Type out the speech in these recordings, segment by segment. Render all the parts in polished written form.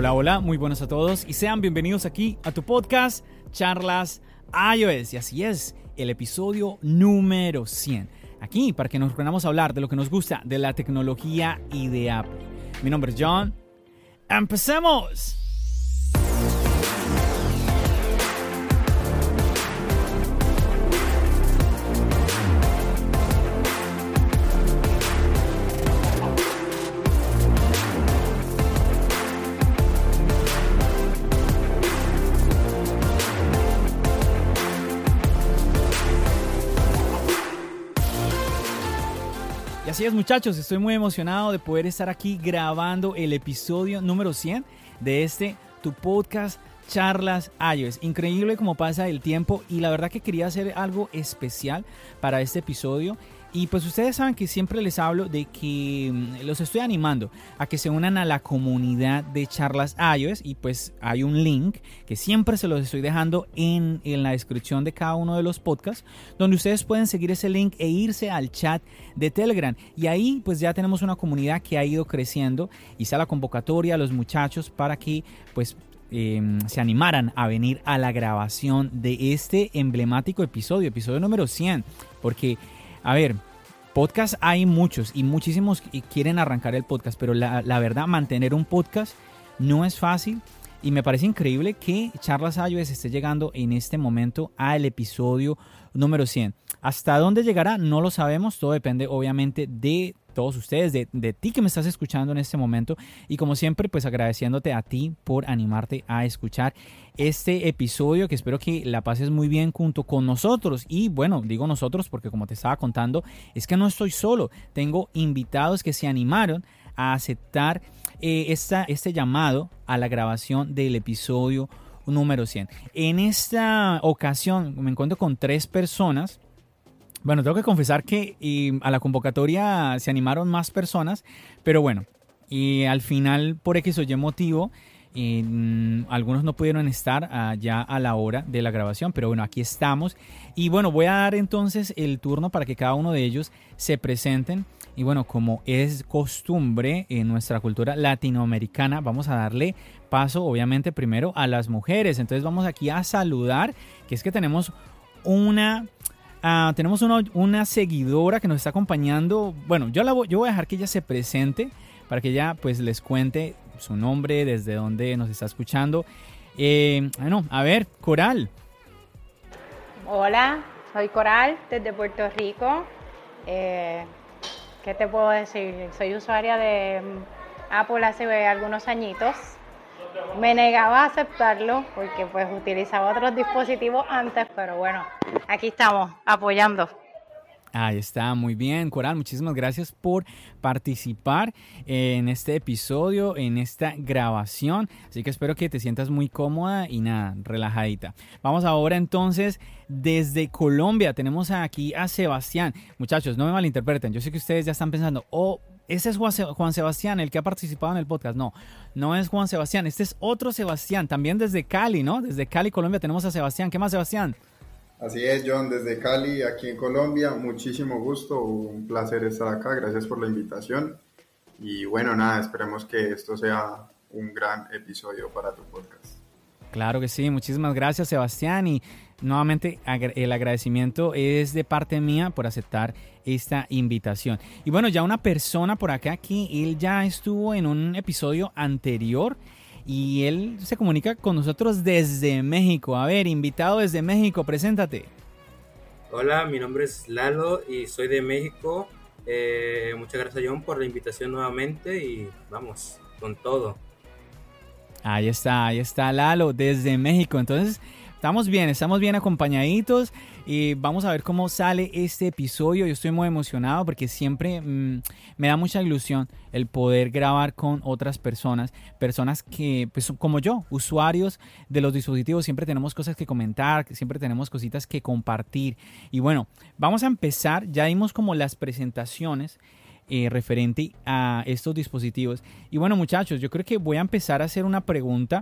Hola, hola, muy buenos a todos y sean bienvenidos aquí a tu podcast Charlas iOS. Y así es, el episodio número 100. Aquí para que nos reunamos a hablar de lo que nos gusta de la tecnología y de Apple. Mi nombre es John. ¡Empecemos! Y así es, muchachos, estoy muy emocionado de poder estar aquí grabando el episodio número 100 de tu podcast Charlas iOS. Increíble cómo pasa el tiempo y la verdad que quería hacer algo especial para este episodio. Y pues ustedes saben que siempre les hablo de que los estoy animando a que se unan a la comunidad de Charlas iOS. Y pues hay un link que siempre se los estoy dejando en la descripción de cada uno de los podcasts, donde ustedes pueden seguir ese link e irse al chat de Telegram. Y ahí pues ya tenemos una comunidad que ha ido creciendo. Hice la convocatoria a los muchachos para que pues se animaran a venir a la grabación de este emblemático episodio número 100. Porque, a ver, podcast hay muchos y muchísimos quieren arrancar el podcast, pero la verdad, mantener un podcast no es fácil y me parece increíble que Charlas iOS esté llegando en este momento al episodio número 100. ¿Hasta dónde llegará? No lo sabemos, todo depende obviamente de todos ustedes, de ti que me estás escuchando en este momento y como siempre pues agradeciéndote a ti por animarte a escuchar este episodio que espero que la pases muy bien junto con nosotros. Y bueno, digo nosotros porque como te estaba contando es que no estoy solo, tengo invitados que se animaron a aceptar este llamado a la grabación del episodio número 100. En esta ocasión me encuentro con 3 personas. Bueno, tengo que confesar que a la convocatoria se animaron más personas, pero bueno, y al final por X o Y motivo, algunos no pudieron estar ya a la hora de la grabación, pero bueno, aquí estamos. Y bueno, voy a dar entonces el turno para que cada uno de ellos se presenten. Y bueno, como es costumbre en nuestra cultura latinoamericana, vamos a darle paso obviamente primero a las mujeres. Entonces vamos aquí a saludar, que es que tenemos una seguidora que nos está acompañando. Bueno, yo voy a dejar que ella se presente para que ella pues les cuente su nombre, desde dónde nos está escuchando. Bueno, a ver, Coral. Hola, soy Coral desde Puerto Rico. ¿Qué te puedo decir? Soy usuaria de Apple hace algunos añitos. Me negaba a aceptarlo porque pues utilizaba otros dispositivos antes, pero bueno, aquí estamos apoyando. Ahí está, muy bien, Coral, muchísimas gracias por participar en este episodio, en esta grabación, así que espero que te sientas muy cómoda y nada, relajadita. Vamos ahora entonces desde Colombia, tenemos aquí a Sebastián. Muchachos, no me malinterpreten, yo sé que ustedes ya están pensando, ese es Juan Sebastián, el que ha participado en el podcast. No es Juan Sebastián, este es otro Sebastián, también desde Cali, ¿no? Desde Cali, Colombia, tenemos a Sebastián. ¿Qué más, Sebastián? Así es, John, desde Cali, aquí en Colombia, muchísimo gusto, un placer estar acá, gracias por la invitación y bueno, nada, esperemos que esto sea un gran episodio para tu podcast. Claro que sí, muchísimas gracias, Sebastián, y nuevamente el agradecimiento es de parte mía por aceptar esta invitación. Y bueno, ya una persona por acá que él ya estuvo en un episodio anterior y él se comunica con nosotros desde México. A ver, invitado desde México, preséntate. Hola, mi nombre es Lalo y soy de México. Muchas gracias, John, por la invitación nuevamente y vamos con todo. Ahí está Lalo desde México. Entonces, estamos bien acompañaditos y vamos a ver cómo sale este episodio. Yo estoy muy emocionado porque siempre me da mucha ilusión el poder grabar con otras personas que, pues, como yo, usuarios de los dispositivos. Siempre tenemos cosas que comentar, siempre tenemos cositas que compartir. Y bueno, vamos a empezar. Ya dimos como las presentaciones referente a estos dispositivos. Y bueno, muchachos, yo creo que voy a empezar a hacer una pregunta.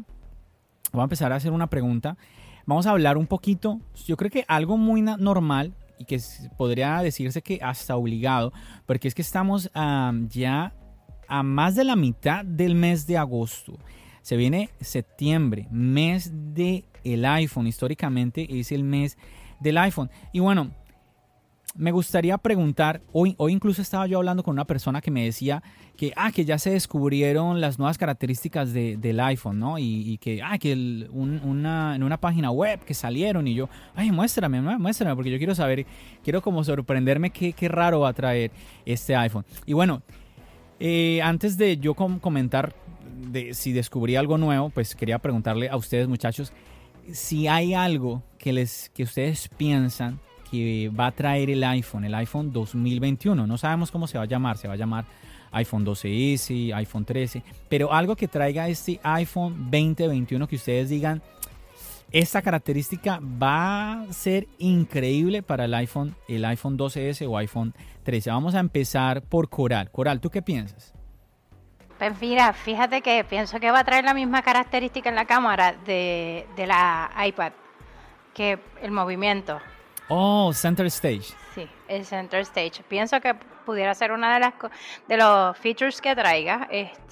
Vamos a hablar un poquito, yo creo que algo muy normal y que podría decirse que hasta obligado, porque es que estamos ya a más de la mitad del mes de agosto. Se viene septiembre, mes del iPhone. Históricamente es el mes del iPhone. Y bueno, me gustaría preguntar, hoy incluso estaba yo hablando con una persona que me decía que ya se descubrieron las nuevas características del iPhone, ¿no? Y que en una página web que salieron y yo, muéstrame, porque yo quiero saber, quiero como sorprenderme qué raro va a traer este iPhone. Y bueno, antes de yo comentar si descubrí algo nuevo, pues quería preguntarle a ustedes, muchachos, si hay algo que ustedes piensan que va a traer el iPhone 2021. No sabemos cómo se va a llamar iPhone 12S, iPhone 13, pero algo que traiga este iPhone 2021 que ustedes digan, esta característica va a ser increíble para el iPhone 12S o iPhone 13. Vamos a empezar por Coral. Coral, ¿tú qué piensas? Pues mira, fíjate que pienso que va a traer la misma característica en la cámara de la iPad, que el movimiento. Oh, Center Stage. Sí, el Center Stage. Pienso que pudiera ser una de los features que traiga.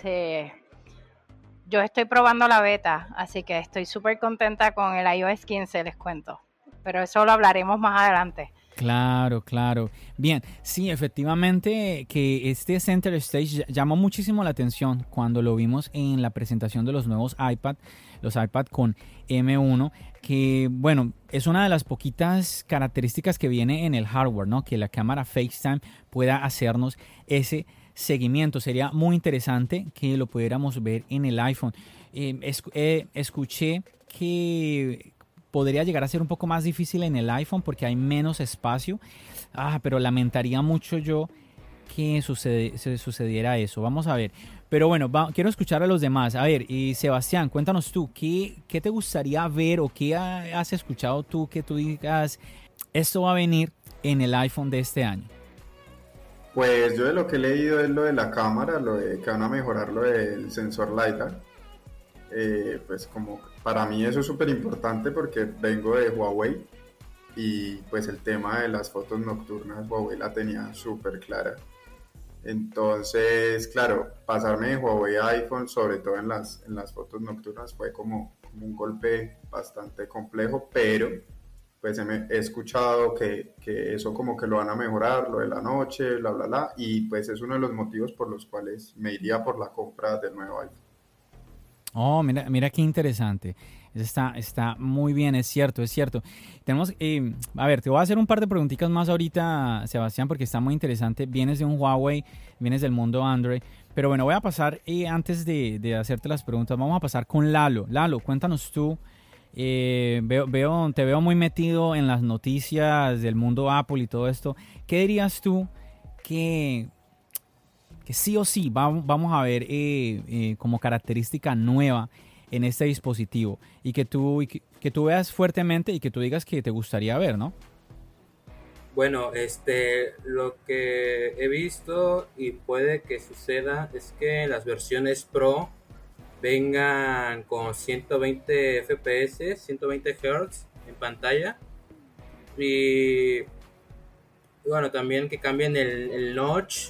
Yo estoy probando la beta, así que estoy súper contenta con el iOS 15, les cuento. Pero eso lo hablaremos más adelante. Claro. Bien, sí, efectivamente que este Center Stage llamó muchísimo la atención cuando lo vimos en la presentación de los nuevos los iPad con M1, que bueno, es una de las poquitas características que viene en el hardware, ¿no? Que la cámara FaceTime pueda hacernos ese seguimiento. Sería muy interesante que lo pudiéramos ver en el iPhone. Escuché que podría llegar a ser un poco más difícil en el iPhone porque hay menos espacio. Pero lamentaría mucho yo que sucediera eso. Vamos a ver. Pero bueno, quiero escuchar a los demás. A ver, y Sebastián, cuéntanos tú, ¿qué te gustaría ver o qué has escuchado tú que tú digas, esto va a venir en el iPhone de este año? Pues yo de lo que he leído es lo de la cámara, lo de que van a mejorar lo del sensor LiDAR. Pues como para mí eso es súper importante porque vengo de Huawei y pues el tema de las fotos nocturnas Huawei la tenía súper clara. Entonces, claro, pasarme de Huawei a iPhone, sobre todo en las fotos nocturnas, fue como un golpe bastante complejo, pero pues he escuchado que eso como que lo van a mejorar, lo de la noche, bla, y pues es uno de los motivos por los cuales me iría por la compra del nuevo iPhone. Oh, mira qué interesante. Está muy bien, es cierto. Tenemos, a ver, te voy a hacer un par de preguntitas más ahorita, Sebastián, porque está muy interesante. Vienes de un Huawei, vienes del mundo Android. Pero bueno, voy a pasar, antes de hacerte las preguntas, vamos a pasar con Lalo. Lalo, cuéntanos tú. Te veo muy metido en las noticias del mundo Apple y todo esto. ¿Qué dirías tú que sí o sí vamos a ver como característica nueva en este dispositivo y que tú veas fuertemente y que tú digas que te gustaría ver, ¿no? Bueno, lo que he visto y puede que suceda es que las versiones Pro vengan con 120 FPS, 120 Hz en pantalla y bueno, también que cambien el notch.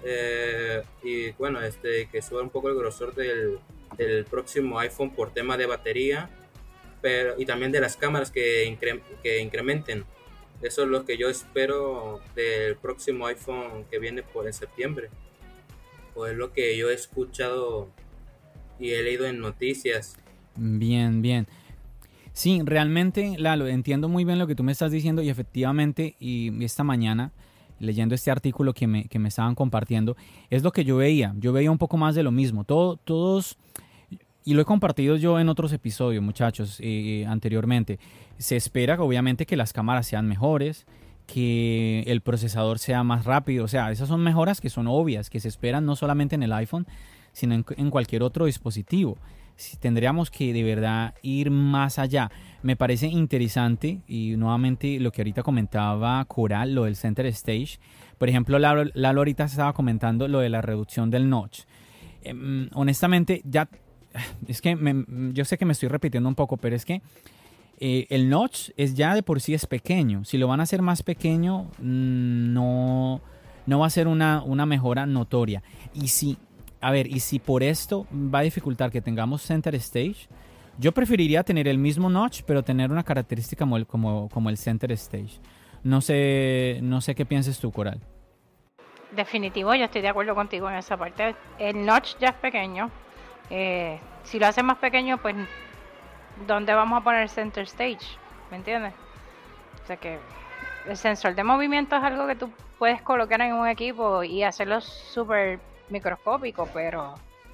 Y bueno, que suba un poco el grosor del próximo iPhone por tema de batería, y también de las cámaras que incrementen. Eso es lo que yo espero del próximo iPhone que viene en septiembre, o es lo que yo he escuchado y he leído en noticias. Bien. Sí, realmente, Lalo, entiendo muy bien lo que tú me estás diciendo y efectivamente, y esta mañana leyendo este artículo que me estaban compartiendo, es lo que yo veía un poco más de lo mismo, todos, y lo he compartido yo en otros episodios, muchachos, anteriormente. Se espera obviamente que las cámaras sean mejores, que el procesador sea más rápido, o sea, esas son mejoras que son obvias, que se esperan no solamente en el iPhone, sino en cualquier otro dispositivo. Tendríamos que de verdad ir más allá. Me parece interesante y nuevamente lo que ahorita comentaba Coral, lo del Center Stage. Por ejemplo, Lalo ahorita estaba comentando lo de la reducción del notch. Honestamente, es que yo sé que me estoy repitiendo un poco, pero es que el notch ya de por sí es pequeño. Si lo van a hacer más pequeño, no va a ser una mejora notoria. Y si a ver, y si por esto va a dificultar que tengamos Center Stage, yo preferiría tener el mismo notch, pero tener una característica como el Center Stage. No sé qué pienses tú, Coral. Definitivo, yo estoy de acuerdo contigo en esa parte. El notch ya es pequeño. Si lo haces más pequeño, pues ¿dónde vamos a poner el Center Stage? ¿Me entiendes? O sea que el sensor de movimiento es algo que tú puedes colocar en un equipo y hacerlo súper microscópico, pero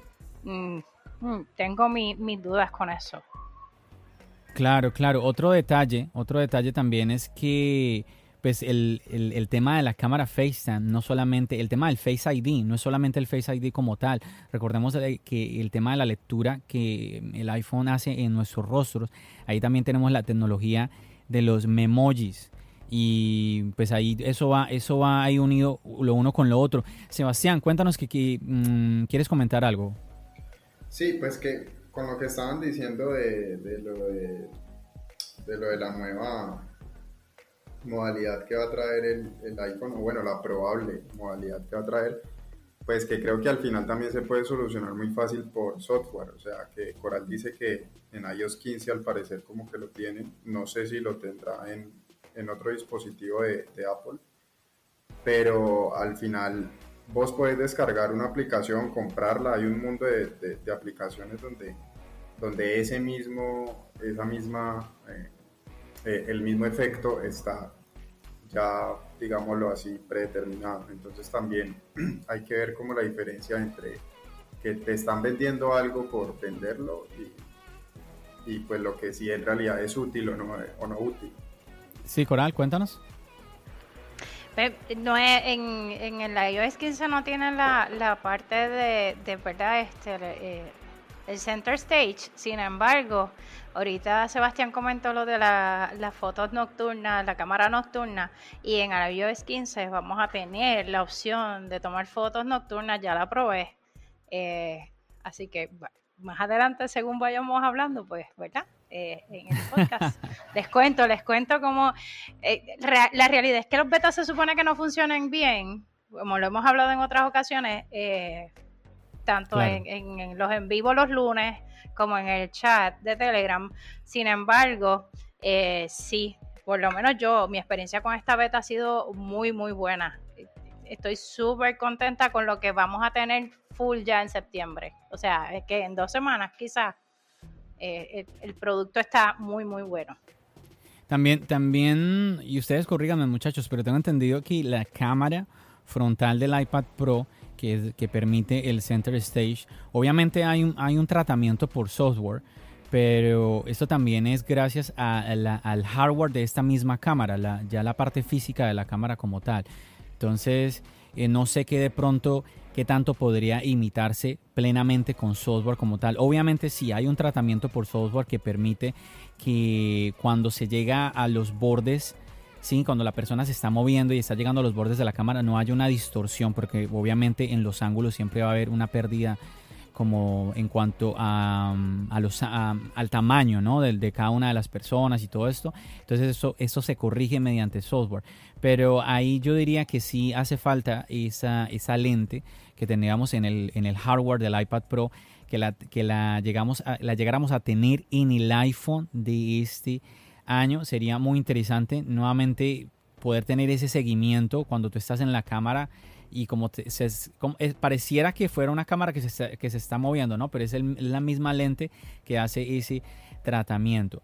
tengo mis dudas con eso. Claro. Otro detalle también es que pues el tema de la cámara FaceTime, no solamente el tema del Face ID, no es solamente el Face ID como tal. Recordemos que el tema de la lectura que el iPhone hace en nuestros rostros, ahí también tenemos la tecnología de los memojis. Y pues ahí eso va ahí unido lo uno con lo otro. Sebastián, cuéntanos que ¿quieres comentar algo? Sí, pues que con lo que estaban diciendo de lo de la nueva modalidad que va a traer el iPhone, o bueno, la probable modalidad que va a traer, pues que creo que al final también se puede solucionar muy fácil por software. O sea, que Coral dice que en iOS 15 al parecer como que lo tienen, no sé si lo tendrá en otro dispositivo de Apple, pero al final vos podés descargar una aplicación, comprarla, hay un mundo de aplicaciones donde el mismo efecto está ya, digámoslo así, predeterminado. Entonces también hay que ver como la diferencia entre que te están vendiendo algo por venderlo y pues lo que sí en realidad es útil o no útil. Sí, Coral, cuéntanos. No es, en el iOS 15 no tienen la parte de verdad el Center Stage. Sin embargo, ahorita Sebastián comentó lo de las fotos nocturnas, la cámara nocturna, y en el iOS 15 vamos a tener la opción de tomar fotos nocturnas. Ya la probé, así que más adelante, según vayamos hablando, pues, ¿verdad? En el podcast les cuento cómo la realidad es que los betas se supone que no funcionan bien, como lo hemos hablado en otras ocasiones, tanto claro, en los en vivo los lunes como en el chat de Telegram. Sin embargo, sí, por lo menos mi experiencia con esta beta ha sido muy muy buena. Estoy súper contenta con lo que vamos a tener full ya en septiembre. O sea, es que en 2 semanas quizás el producto está muy muy bueno. También, y ustedes corríganme muchachos, pero tengo entendido que la cámara frontal del iPad Pro que permite el Center Stage, obviamente hay un tratamiento por software, pero esto también es gracias al hardware de esta misma cámara, ya la parte física de la cámara como tal. Entonces, no sé qué tanto podría imitarse plenamente con software como tal. Obviamente sí hay un tratamiento por software que permite que cuando se llega a los bordes, sí, cuando la persona se está moviendo y está llegando a los bordes de la cámara, no haya una distorsión, porque obviamente en los ángulos siempre va a haber una pérdida como en cuanto al tamaño, ¿no? de cada una de las personas y todo esto. Entonces eso se corrige mediante software. Pero ahí yo diría que sí hace falta esa lente que tengamos en el hardware del iPad Pro, que la llegáramos a tener en el iPhone de este año. Sería muy interesante nuevamente poder tener ese seguimiento cuando tú estás en la cámara y pareciera que fuera una cámara que se está moviendo, ¿no? Pero es la misma lente que hace ese tratamiento.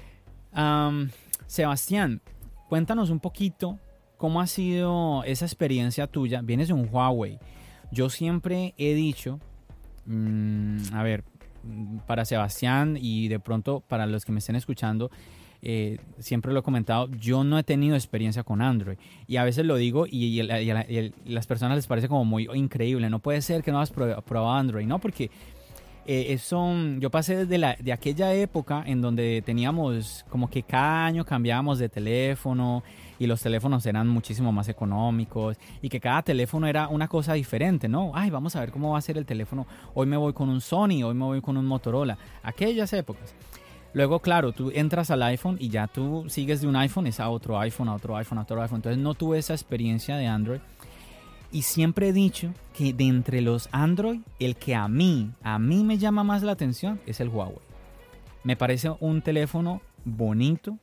Sebastián, cuéntanos un poquito cómo ha sido esa experiencia tuya. Vienes de un Huawei. Yo siempre he dicho, a ver, para Sebastián y de pronto para los que me estén escuchando, siempre lo he comentado, yo no he tenido experiencia con Android y a veces lo digo y las personas les parece como muy increíble, no puede ser que no has probado Android, ¿no? Porque yo pasé de aquella época en donde teníamos como que cada año cambiábamos de teléfono y los teléfonos eran muchísimo más económicos y que cada teléfono era una cosa diferente, ¿no? Ay, vamos a ver cómo va a ser el teléfono, hoy me voy con un Sony, hoy me voy con un Motorola, aquellas épocas. Luego, claro, tú entras al iPhone y ya tú sigues de un iPhone, es a otro iPhone, a otro iPhone, a otro iPhone. Entonces no tuve esa experiencia de Android. Y siempre he dicho que de entre los Android, el que a mí me llama más la atención es el Huawei. Me parece un teléfono bonito.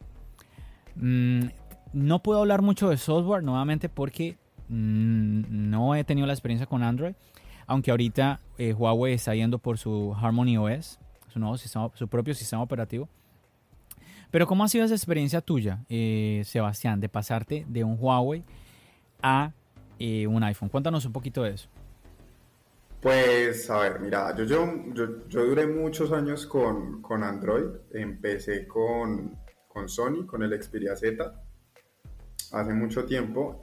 No puedo hablar mucho de software nuevamente porque no he tenido la experiencia con Android. Aunque ahorita Huawei está yendo por su Harmony OS, su propio sistema operativo. Pero ¿cómo ha sido esa experiencia tuya, Sebastián, de pasarte de un Huawei a un iPhone? Cuéntanos un poquito de eso. Pues, a ver, mira, yo duré muchos años con Android. Empecé con Sony, con el Xperia Z, hace mucho tiempo.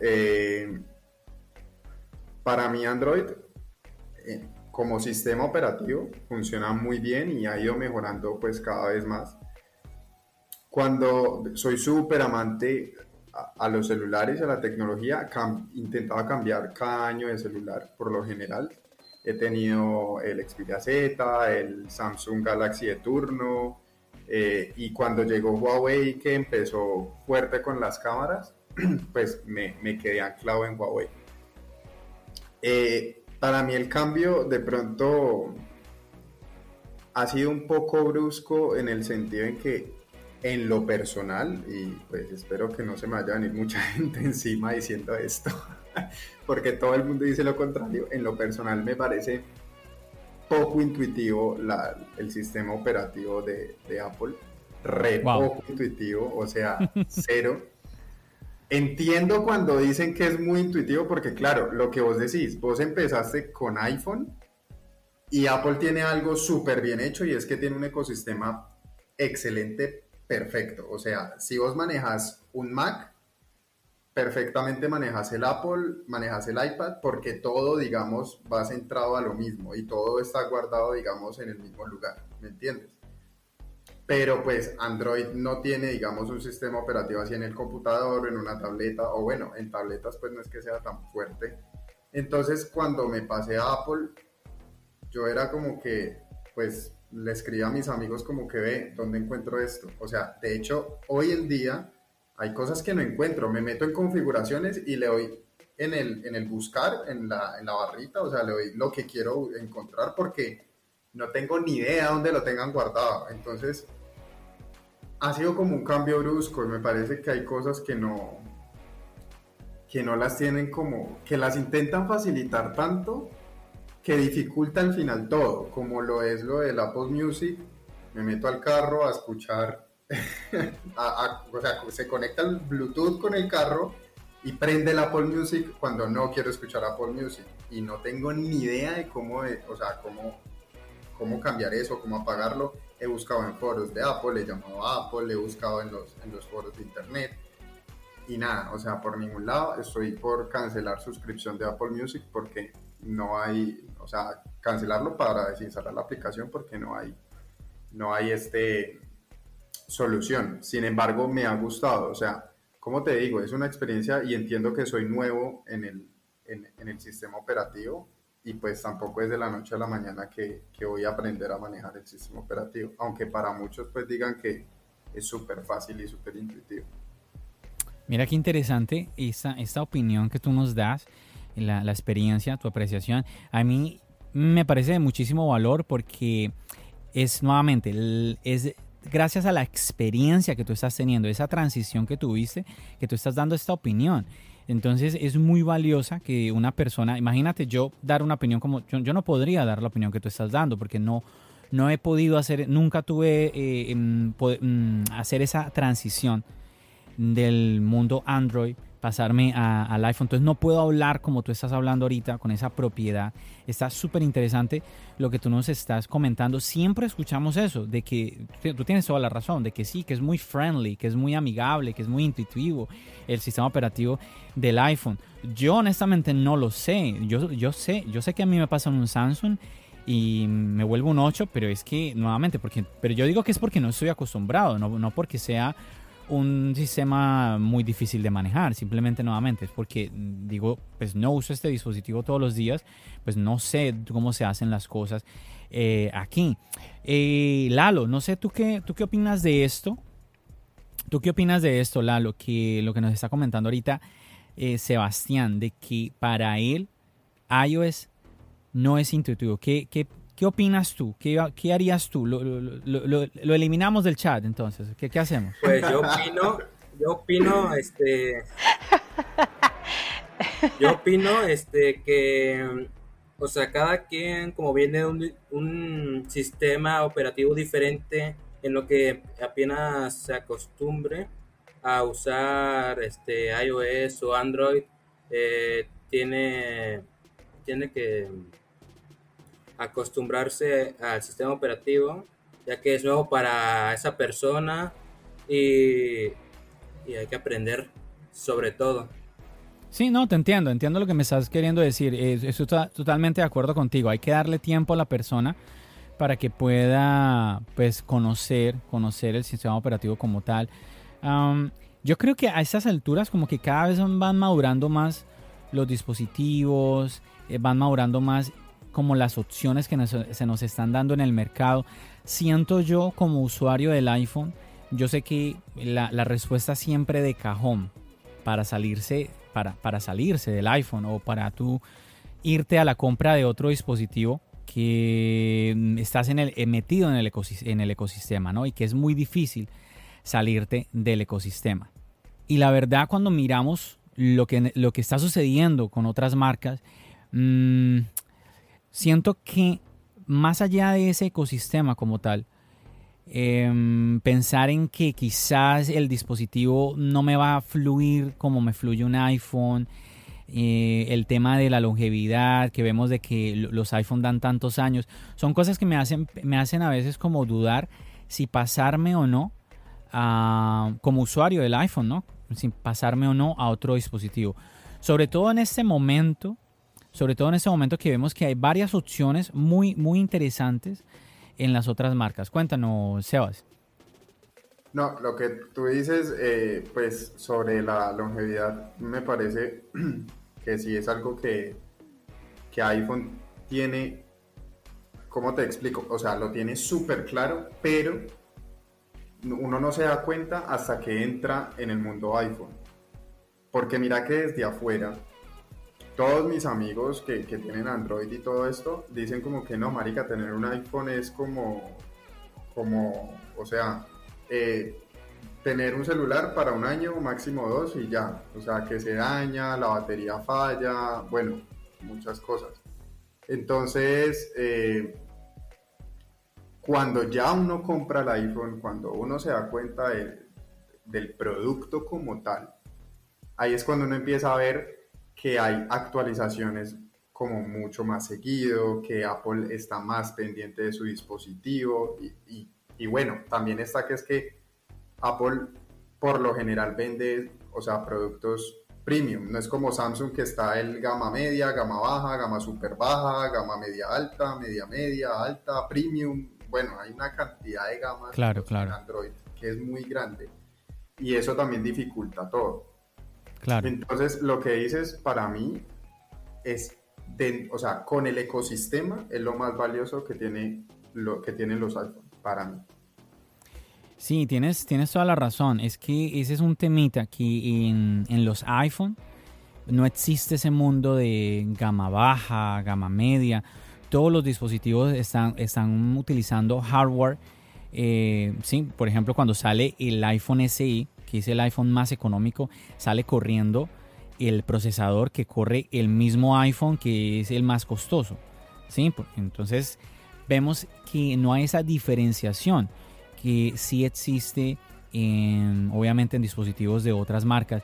Para mí Android, como sistema operativo, funciona muy bien y ha ido mejorando pues cada vez más. Cuando soy súper amante a los celulares y a la tecnología, intentaba cambiar cada año de celular por lo general. He tenido el Xperia Z, el Samsung Galaxy de turno, y cuando llegó Huawei, que empezó fuerte con las cámaras, pues me quedé anclado en Huawei. Para mí el cambio de pronto ha sido un poco brusco en el sentido en que en lo personal, y pues espero que no se me vaya a venir mucha gente encima diciendo esto, porque todo el mundo dice lo contrario, en lo personal me parece poco intuitivo el sistema operativo de Apple, poco intuitivo, o sea, cero. Entiendo cuando dicen que es muy intuitivo porque claro, lo que vos decís, vos empezaste con iPhone y Apple tiene algo súper bien hecho y es que tiene un ecosistema excelente, perfecto. O sea, si vos manejas un Mac, perfectamente manejas el Apple, manejas el iPad, porque todo, digamos, va centrado a lo mismo y todo está guardado, digamos, en el mismo lugar, ¿me entiendes? Pero pues Android no tiene, digamos, un sistema operativo así en el computador, en una tableta, o bueno, en tabletas pues no es que sea tan fuerte. Entonces cuando me pasé a Apple, yo era como que, pues le escribía a mis amigos como que ve, ¿dónde encuentro esto? O sea, de hecho, hoy en día hay cosas que no encuentro, me meto en configuraciones y le doy en el buscar, en la barrita, o sea, le doy lo que quiero encontrar porque no tengo ni idea dónde lo tengan guardado. Entonces, ha sido como un cambio brusco y me parece que hay cosas que no las tienen como, que las intentan facilitar tanto que dificulta al final todo, como lo es lo del Apple Music. Me meto al carro a escuchar, o sea, se conecta el Bluetooth con el carro y prende el Apple Music cuando no quiero escuchar Apple Music y no tengo ni idea de cómo cambiar eso, cómo apagarlo. He buscado en foros de Apple, he llamado a Apple, he buscado en los foros de internet y nada, o sea, por ningún lado. Estoy por cancelar suscripción de Apple Music porque no hay, o sea, cancelarlo para desinstalar la aplicación porque no hay solución. Sin embargo, me ha gustado, o sea, como te digo, es una experiencia y entiendo que soy nuevo en el sistema operativo. Y pues tampoco es de la noche a la mañana que voy a aprender a manejar el sistema operativo, aunque para muchos pues digan que es súper fácil y súper intuitivo. Mira qué interesante esta opinión que tú nos das, la experiencia, tu apreciación. A mí me parece de muchísimo valor porque es gracias a la experiencia que tú estás teniendo, esa transición que tuviste, que tú estás dando esta opinión. Entonces es muy valiosa que una persona, imagínate yo dar una opinión como, yo no podría dar la opinión que tú estás dando porque no he podido hacer, nunca tuve hacer esa transición del mundo Android, pasarme al iPhone. Entonces no puedo hablar como tú estás hablando ahorita con esa propiedad. Está súper interesante lo que tú nos estás comentando. Siempre escuchamos eso, de que tú tienes toda la razón, de que sí, que es muy friendly, que es muy amigable, que es muy intuitivo el sistema operativo del iPhone. Yo honestamente no lo sé. Yo sé que a mí me pasa en un Samsung y me vuelvo un 8, pero es que nuevamente, pero yo digo que es porque no estoy acostumbrado, no porque sea un sistema muy difícil de manejar, simplemente nuevamente es porque digo, pues no uso este dispositivo todos los días, pues no sé cómo se hacen las cosas aquí. Lalo, no sé, ¿tú qué opinas de esto? ¿Tú qué opinas de esto, Lalo? Que lo que nos está comentando ahorita Sebastián, de que para él iOS no es intuitivo. ¿Qué opinas tú? ¿Qué harías tú? Lo eliminamos del chat, entonces. ¿Qué hacemos? Pues yo opino que, o sea, cada quien como viene de un sistema operativo diferente en lo que apenas se acostumbre a usar iOS o Android, tiene que acostumbrarse al sistema operativo, ya que es nuevo para esa persona y hay que aprender sobre todo. Sí, no, te entiendo lo que me estás queriendo decir. Estoy totalmente de acuerdo contigo. Hay que darle tiempo a la persona para que pueda, pues, conocer el sistema operativo como tal. Yo creo que a estas alturas como que cada vez van madurando más los dispositivos, van madurando más como las opciones que se nos están dando en el mercado. Siento yo como usuario del iPhone, yo sé que la respuesta siempre de cajón para salirse del iPhone o para tú irte a la compra de otro dispositivo que estás metido en el ecosistema, ¿no? Y que es muy difícil salirte del ecosistema. Y la verdad, cuando miramos lo que está sucediendo con otras marcas, siento que más allá de ese ecosistema como tal, pensar en que quizás el dispositivo no me va a fluir como me fluye un iPhone, el tema de la longevidad, que vemos de que los iPhone dan tantos años, son cosas que me hacen a veces como dudar si pasarme o no como usuario del iPhone, ¿no? Si pasarme o no a otro dispositivo. Sobre todo en este momento que vemos que hay varias opciones muy, muy interesantes en las otras marcas. Cuéntanos, Sebas. No, lo que tú dices, pues sobre la longevidad, me parece que sí es algo que iPhone tiene, ¿cómo te explico? O sea, lo tiene súper claro, pero uno no se da cuenta hasta que entra en el mundo iPhone. Porque mira que desde afuera, todos mis amigos que tienen Android y todo esto, dicen como que no, marica, tener un iPhone es como o sea, tener un celular para un año, máximo 2 y ya. O sea, que se daña, la batería falla, bueno, muchas cosas. Entonces, cuando ya uno compra el iPhone, cuando uno se da cuenta del producto como tal, ahí es cuando uno empieza a ver que hay actualizaciones como mucho más seguido, que Apple está más pendiente de su dispositivo y bueno, también está que es que Apple por lo general vende, o sea, productos premium, no es como Samsung que está el gama media, gama baja, gama super baja, gama media alta, media, alta, premium, bueno, hay una cantidad de gamas claro. en Android que es muy grande y eso también dificulta todo. Claro. Entonces, lo que dices para mí es, o sea, con el ecosistema es lo más valioso que tienen los iPhones, para mí. Sí, tienes toda la razón. Es que ese es un temita que en los iPhone no existe ese mundo de gama baja, gama media. Todos los dispositivos están utilizando hardware. Sí, por ejemplo, cuando sale el iPhone SE, que es el iPhone más económico, sale corriendo el procesador que corre el mismo iPhone, que es el más costoso, ¿sí? Entonces vemos que no hay esa diferenciación que sí existe obviamente en dispositivos de otras marcas.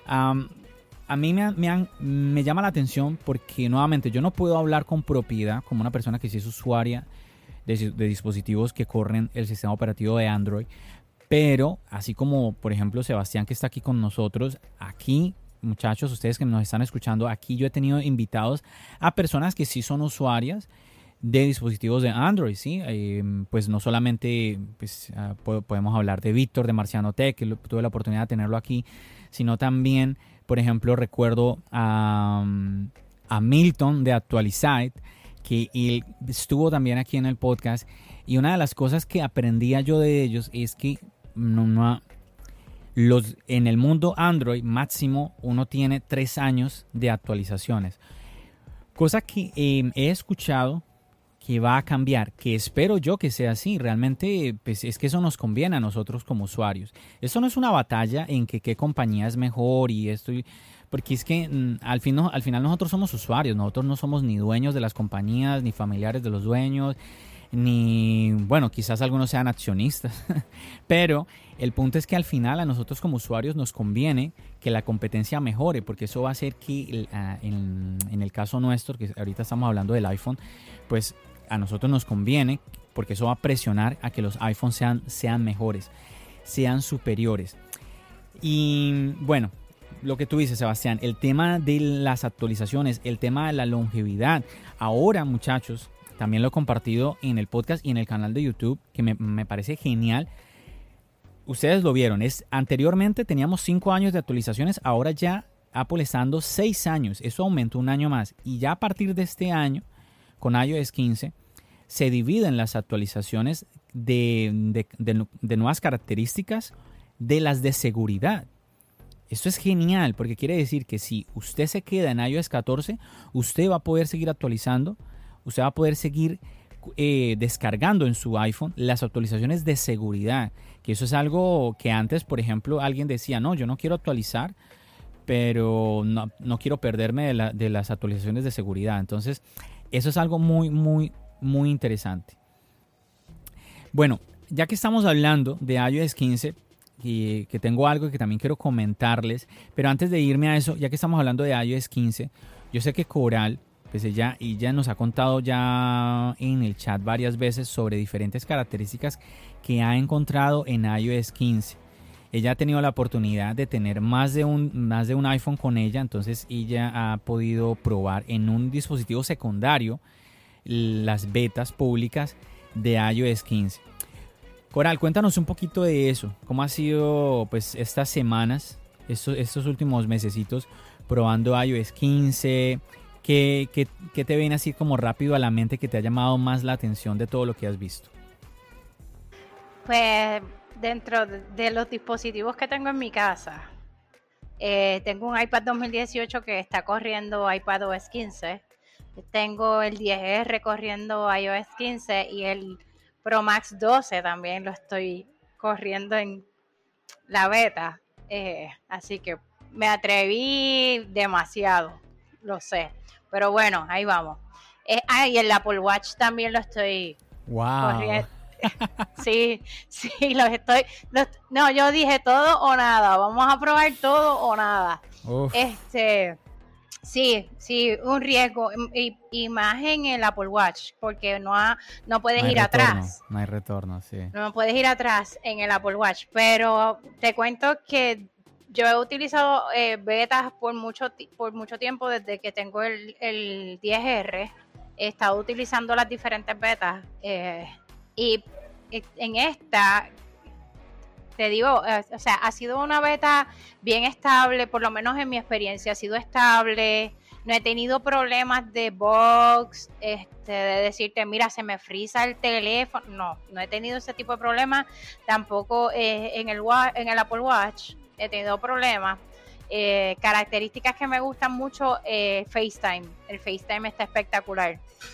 A mí me llama la atención porque nuevamente yo no puedo hablar con propiedad como una persona que sí es usuaria de dispositivos que corren el sistema operativo de Android, pero así como por ejemplo Sebastián, que está aquí con nosotros, aquí muchachos, ustedes que nos están escuchando, aquí yo he tenido invitados a personas que sí son usuarias de dispositivos de Android, ¿sí? Pues no solamente pues, podemos hablar de Víctor de Marciano Tech, que tuve la oportunidad de tenerlo aquí, sino también, por ejemplo, recuerdo a Milton de Actualizite, que él estuvo también aquí en el podcast, y una de las cosas que aprendía yo de ellos es que en el mundo Android máximo uno tiene 3 años de actualizaciones. Cosa que he escuchado que va a cambiar, que espero yo que sea así. Realmente, pues es que eso nos conviene a nosotros como usuarios. Esto no es una batalla en que qué compañía es mejor y esto, porque es que al final nosotros somos usuarios, nosotros no somos ni dueños de las compañías, ni familiares de los dueños, ni, bueno, quizás algunos sean accionistas, pero el punto es que al final a nosotros como usuarios nos conviene que la competencia mejore, porque eso va a hacer que en el caso nuestro, que ahorita estamos hablando del iPhone, pues a nosotros nos conviene, porque eso va a presionar a que los iPhones sean mejores, sean superiores. Y bueno, lo que tú dices, Sebastián, el tema de las actualizaciones, el tema de la longevidad. Ahora, muchachos, también lo he compartido en el podcast y en el canal de YouTube, que me parece genial. Ustedes lo vieron, anteriormente teníamos 5 años de actualizaciones, ahora ya Apple está dando 6 años, eso aumentó un año más. Y ya a partir de este año, con iOS 15, se dividen las actualizaciones de nuevas características de las de seguridad. Esto es genial porque quiere decir que si usted se queda en iOS 14, usted va a poder seguir actualizando, usted va a poder seguir descargando en su iPhone las actualizaciones de seguridad. Que eso es algo que antes, por ejemplo, alguien decía, no, yo no quiero actualizar, pero no quiero perderme de las actualizaciones de seguridad. Entonces, eso es algo muy, muy, muy interesante. Bueno, ya que estamos hablando de iOS 15, y que tengo algo que también quiero comentarles, pero antes de irme a eso, ya que estamos hablando de iOS 15, yo sé que Coral, pues ella nos ha contado ya en el chat varias veces sobre diferentes características que ha encontrado en iOS 15. Ella ha tenido la oportunidad de tener más de un iPhone con ella, entonces ella ha podido probar en un dispositivo secundario las betas públicas de iOS 15. Coral, cuéntanos un poquito de eso. ¿Cómo ha sido pues estas semanas, estos últimos mesecitos probando iOS 15? ¿Qué te viene así como rápido a la mente que te ha llamado más la atención de todo lo que has visto? Pues dentro de los dispositivos que tengo en mi casa, tengo un iPad 2018 que está corriendo iPadOS 15. Tengo el 10R corriendo iOS 15 y el Pro Max 12 también lo estoy corriendo en la beta. Así que me atreví demasiado, lo sé. Pero bueno, ahí vamos. Y el Apple Watch también lo estoy corriendo. Sí, no, yo dije todo o nada. Vamos a probar todo o nada. Uf. Sí, un riesgo y más en el Apple Watch, porque no puedes ir atrás. No hay retorno, sí. No puedes ir atrás en el Apple Watch, pero te cuento que yo he utilizado betas por mucho tiempo desde que tengo el 10R. He estado utilizando las diferentes betas y en esta... Te digo, o sea, ha sido una beta bien estable, por lo menos en mi experiencia ha sido estable, no he tenido problemas de bugs, de decirte, mira, se me frisa el teléfono, no he tenido ese tipo de problemas, tampoco en el Apple Watch he tenido problemas. Características que me gustan mucho, FaceTime, el FaceTime está espectacular.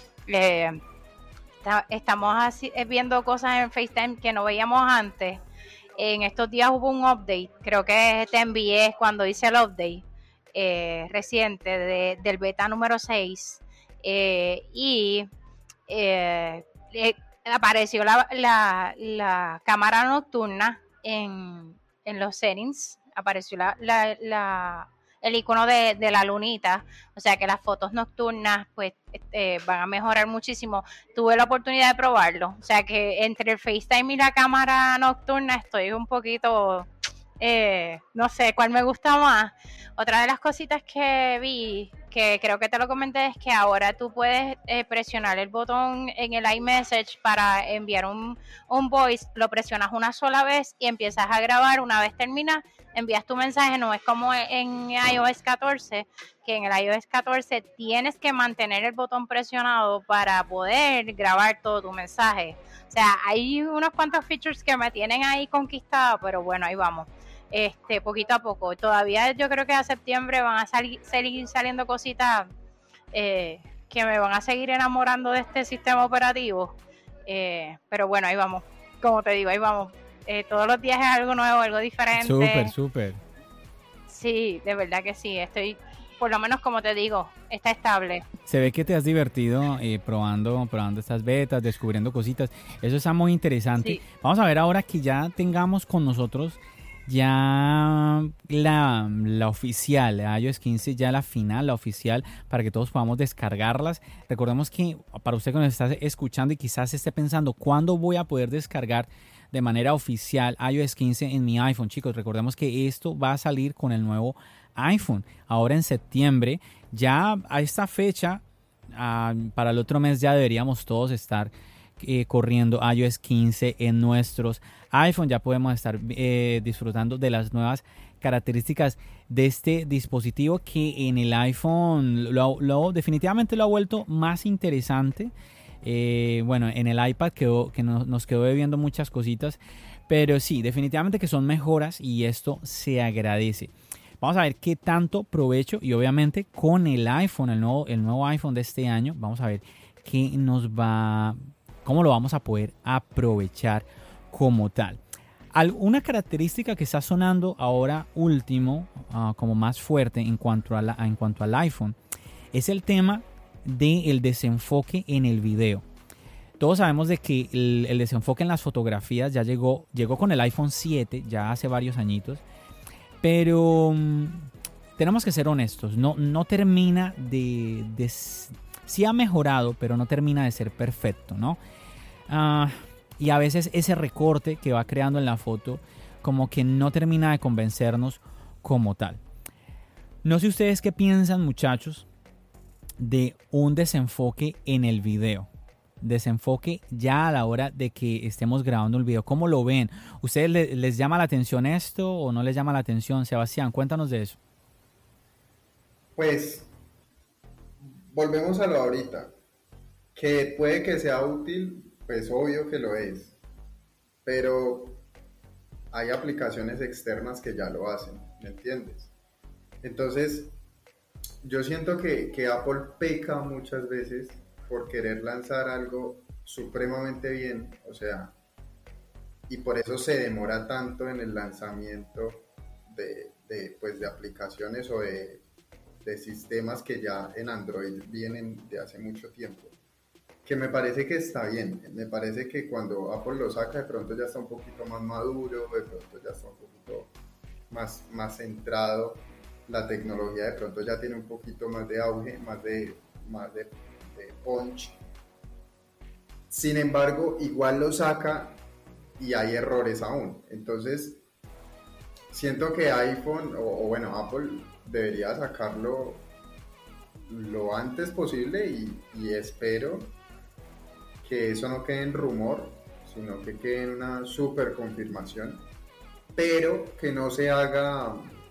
Estamos viendo cosas en FaceTime que no veíamos antes. En estos días hubo un update, creo que te envié cuando hice el update reciente del beta número 6 y apareció la cámara nocturna en los settings, apareció el icono de la lunita, o sea que las fotos nocturnas pues van a mejorar muchísimo. Tuve la oportunidad de probarlo, o sea que entre el FaceTime y la cámara nocturna estoy un poquito, no sé cuál me gusta más. Otra de las cositas que vi, que creo que te lo comenté, es que ahora tú puedes presionar el botón en el iMessage para enviar un voice, lo presionas una sola vez y empiezas a grabar. Una vez terminas, envías tu mensaje. No es como en iOS 14, que en el iOS 14 tienes que mantener el botón presionado para poder grabar todo tu mensaje. O sea, hay unos cuantos features que me tienen ahí conquistada, pero bueno, ahí vamos. Poquito a poco. Todavía yo creo que a septiembre van a seguir saliendo cositas que me van a seguir enamorando de este sistema operativo. Pero bueno, ahí vamos. Como te digo, ahí vamos. Todos los días es algo nuevo, algo diferente. Súper. Sí, de verdad que sí. Estoy, por lo menos como te digo, está estable. Se ve que te has divertido probando estas betas, descubriendo cositas. Eso está muy interesante. Sí. Vamos a ver ahora que ya tengamos con nosotros ya la oficial, iOS 15, ya la final, la oficial, para que todos podamos descargarlas. Recordemos que para usted que nos está escuchando y quizás esté pensando, ¿cuándo voy a poder descargar de manera oficial iOS 15 en mi iPhone? Chicos, recordemos que esto va a salir con el nuevo iPhone ahora en septiembre. Ya a esta fecha, para el otro mes ya deberíamos todos estar corriendo iOS 15 en nuestros iPhone. Ya podemos estar disfrutando de las nuevas características de este dispositivo, que en el iPhone definitivamente lo ha vuelto más interesante. Bueno, en el iPad nos quedó debiendo muchas cositas, pero sí, definitivamente que son mejoras y esto se agradece. Vamos a ver qué tanto provecho, y obviamente con el iPhone, el nuevo iPhone de este año, vamos a ver cómo lo vamos a poder aprovechar como tal. Una característica que está sonando ahora último, como más fuerte en cuanto al iPhone, es el tema del desenfoque en el video. Todos sabemos de que el desenfoque en las fotografías ya llegó con el iPhone 7, ya hace varios añitos, pero tenemos que ser honestos, no termina sí ha mejorado, pero no termina de ser perfecto, ¿no? Y a veces ese recorte que va creando en la foto como que no termina de convencernos como tal. No sé ustedes qué piensan, muchachos, de un desenfoque en el video. Desenfoque ya a la hora de que estemos grabando el video. ¿Cómo lo ven? ¿Ustedes les llama la atención esto o no les llama la atención? Sebastián, cuéntanos de eso. Pues volvemos a lo ahorita. Que puede que sea útil, pues obvio que lo es. Pero hay aplicaciones externas que ya lo hacen, ¿me entiendes? Entonces, yo siento que Apple peca muchas veces por querer lanzar algo supremamente bien, o sea, y por eso se demora tanto en el lanzamiento de aplicaciones o de sistemas que ya en Android vienen de hace mucho tiempo, que me parece que está bien. Me parece que cuando Apple lo saca, de pronto ya está un poquito más maduro, de pronto ya está un poquito más centrado, la tecnología de pronto ya tiene un poquito más de auge, más de punch. Sin embargo, igual lo saca y hay errores aún. Entonces, siento que iPhone o Apple debería sacarlo lo antes posible y espero que eso no quede en rumor, sino que quede en una super confirmación, pero que no se haga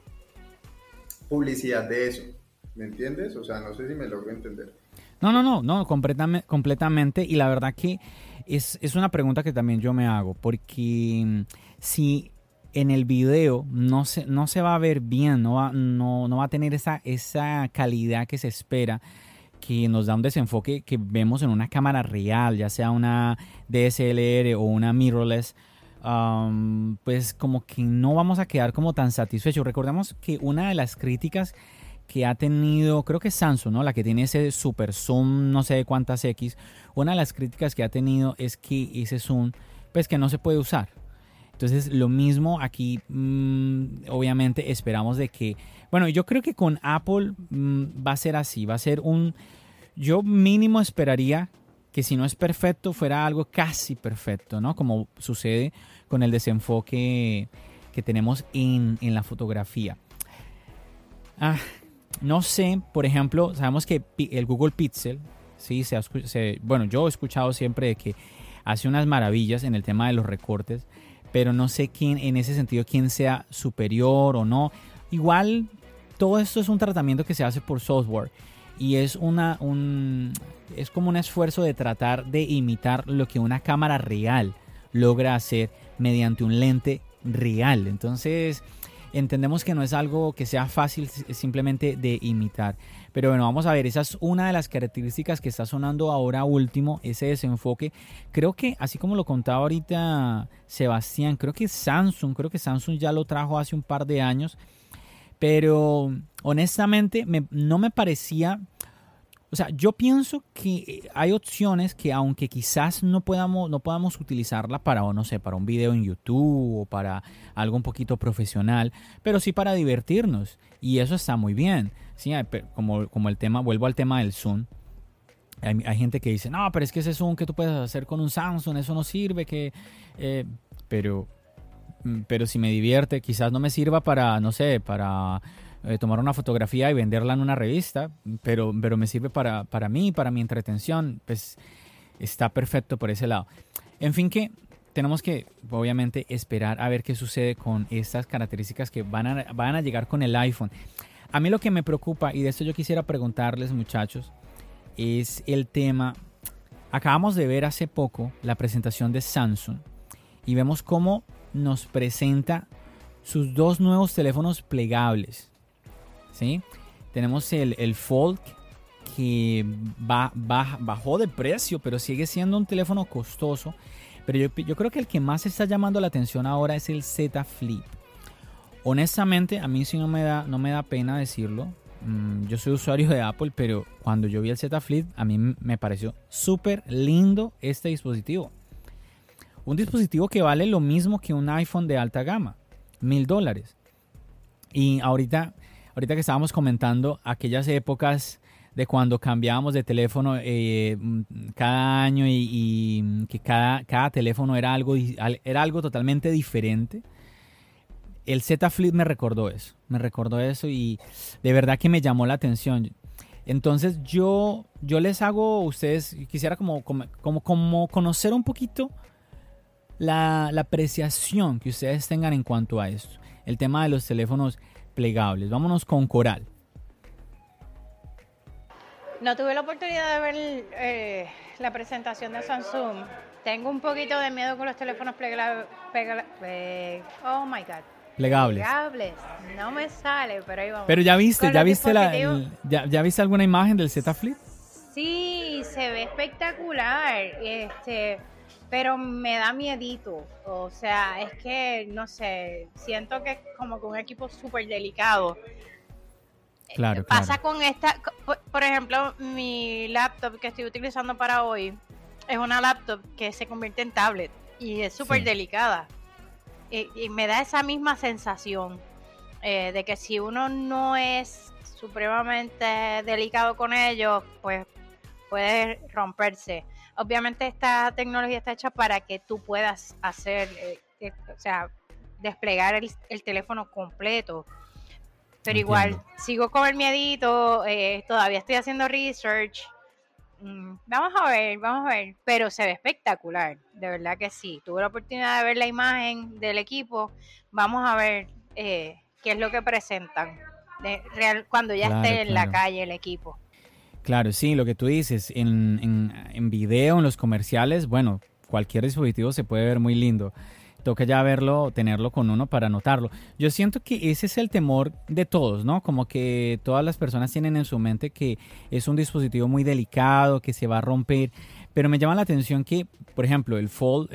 publicidad de eso, ¿me entiendes? O sea, no sé si me logro entender. No, completamente, y la verdad que es una pregunta que también yo me hago, porque si en el video no se va a ver bien, no va a tener esa calidad que se espera, que nos da un desenfoque que vemos en una cámara real, ya sea una DSLR o una mirrorless, pues como que no vamos a quedar como tan satisfechos. Recordemos que una de las críticas que ha tenido, creo que es Samsung, ¿no? La que tiene ese super zoom, no sé de cuántas X, una de las críticas que ha tenido es que ese zoom, pues que no se puede usar. Entonces lo mismo aquí, obviamente esperamos de que, bueno, yo creo que con Apple va a ser así, va a ser yo mínimo esperaría que si no es perfecto fuera algo casi perfecto, ¿no? Como sucede con el desenfoque que tenemos en la fotografía. No sé, por ejemplo, sabemos que el Google Pixel, sí, bueno, yo he escuchado siempre de que hace unas maravillas en el tema de los recortes, pero no sé en ese sentido quién sea superior o no. Igual todo esto es un tratamiento que se hace por software y es es como un esfuerzo de tratar de imitar lo que una cámara real logra hacer mediante un lente real. Entonces entendemos que no es algo que sea fácil simplemente de imitar. Pero bueno, vamos a ver, esa es una de las características que está sonando ahora último, ese desenfoque. Creo que, así como lo contaba ahorita Sebastián, creo que Samsung ya lo trajo hace un par de años, pero honestamente no me parecía... O sea, yo pienso que hay opciones que aunque quizás no podamos utilizarla para, o no sé, para un video en YouTube o para algo un poquito profesional, pero sí para divertirnos. Y eso está muy bien. Sí, como el tema, vuelvo al tema del Zoom. Hay gente que dice, no, pero es que ese Zoom que tú puedes hacer con un Samsung, eso no sirve, pero si me divierte, quizás no me sirva para, no sé, para... tomar una fotografía y venderla en una revista, pero me sirve para mí, para mi entretención, pues está perfecto por ese lado. En fin, que tenemos que obviamente esperar a ver qué sucede con estas características que van a llegar con el iPhone. A mí lo que me preocupa, y de esto yo quisiera preguntarles, muchachos, es el tema. Acabamos de ver hace poco la presentación de Samsung y vemos cómo nos presenta sus dos nuevos teléfonos plegables. ¿Sí? Tenemos el Fold, que bajó de precio, pero sigue siendo un teléfono costoso. Pero yo creo que el que más está llamando la atención ahora es el Z Flip. Honestamente, a mí sí no me da pena decirlo. Yo soy usuario de Apple, pero cuando yo vi el Z Flip, a mí me pareció súper lindo este dispositivo. Un dispositivo que vale lo mismo que un iPhone de alta gama, $1,000. Y ahorita que estábamos comentando aquellas épocas de cuando cambiábamos de teléfono cada año y que cada teléfono era algo totalmente diferente, el Z Flip me recordó eso y de verdad que me llamó la atención. Entonces yo les hago a ustedes, quisiera como conocer un poquito la apreciación que ustedes tengan en cuanto a esto, el tema de los teléfonos plegables. Vámonos con Coral. No tuve la oportunidad de ver la presentación de Samsung. Tengo un poquito de miedo con los teléfonos oh my God. Plegables. No me sale, pero ahí vamos. Pero ya viste alguna imagen del Z Flip? Sí, se ve espectacular. Pero me da miedito. O sea, es que, no sé, siento que es como que un equipo súper delicado. Claro. Pasa con por ejemplo, mi laptop que estoy utilizando para hoy es una laptop que se convierte en tablet y es súper delicada. Y me da esa misma sensación de que si uno no es supremamente delicado con ellos, pues puede romperse. Obviamente esta tecnología está hecha para que tú puedas hacer, desplegar el teléfono completo. Pero igual, sigo con el miedito, todavía estoy haciendo research. Vamos a ver, pero se ve espectacular, de verdad que sí. Tuve la oportunidad de ver la imagen del equipo, vamos a ver qué es lo que presentan cuando ya esté en la calle el equipo. Claro, sí, lo que tú dices, en video, en los comerciales, bueno, cualquier dispositivo se puede ver muy lindo. Toca ya verlo, tenerlo con uno para notarlo. Yo siento que ese es el temor de todos, ¿no? Como que todas las personas tienen en su mente que es un dispositivo muy delicado, que se va a romper. Pero me llama la atención que, por ejemplo, el Fold,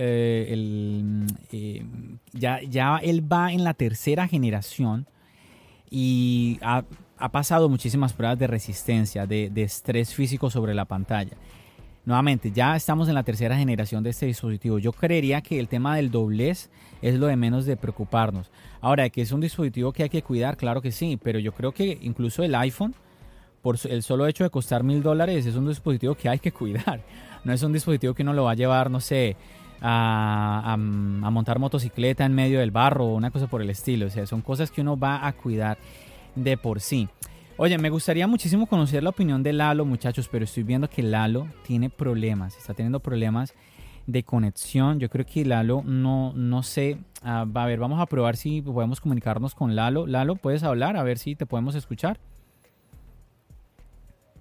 ya él va en la tercera generación y ha pasado muchísimas pruebas de resistencia, de estrés físico sobre la pantalla. Nuevamente, ya estamos en la tercera generación de este dispositivo. Yo creería que el tema del doblez es lo de menos de preocuparnos. Ahora, que es un dispositivo que hay que cuidar, claro que sí, pero yo creo que incluso el iPhone, por el solo hecho de costar $1,000, es un dispositivo que hay que cuidar. No es un dispositivo que uno lo va a llevar, no sé, a montar motocicleta en medio del barro o una cosa por el estilo. O sea, son cosas que uno va a cuidar de por sí. Oye, me gustaría muchísimo conocer la opinión de Lalo, muchachos, pero estoy viendo que Lalo tiene problemas, está teniendo problemas de conexión. Yo creo que Lalo no sé. A ver, vamos a probar si podemos comunicarnos con Lalo. Lalo, ¿puedes hablar? A ver si te podemos escuchar.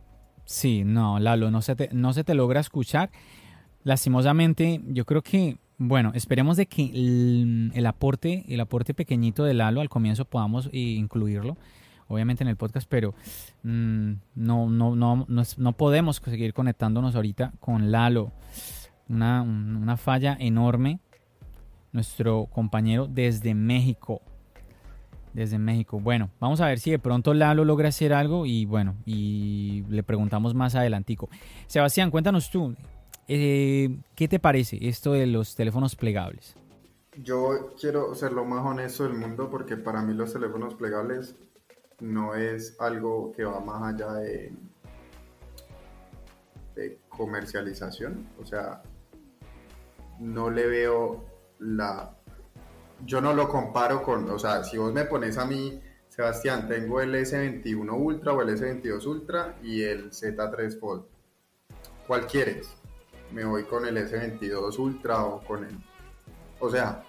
Sí, no, Lalo, no se te logra escuchar. Lastimosamente, yo creo que Bueno, esperemos de que el aporte pequeñito de Lalo al comienzo podamos incluirlo, obviamente en el podcast, pero no podemos seguir conectándonos ahorita con Lalo. Una falla enorme. Nuestro compañero desde México. Bueno, vamos a ver si de pronto Lalo logra hacer algo y bueno, y le preguntamos más adelantico. Sebastián, cuéntanos tú, ¿qué te parece esto de los teléfonos plegables? Yo quiero ser lo más honesto del mundo porque para mí los teléfonos plegables no es algo que va más allá de comercialización. O sea, no le veo yo no lo comparo con, o sea, si vos me pones a mí, Sebastián, tengo el S21 Ultra o el S22 Ultra y el Z3 Fold. ¿Cuál quieres? Me voy con el S22 Ultra o con el... O sea,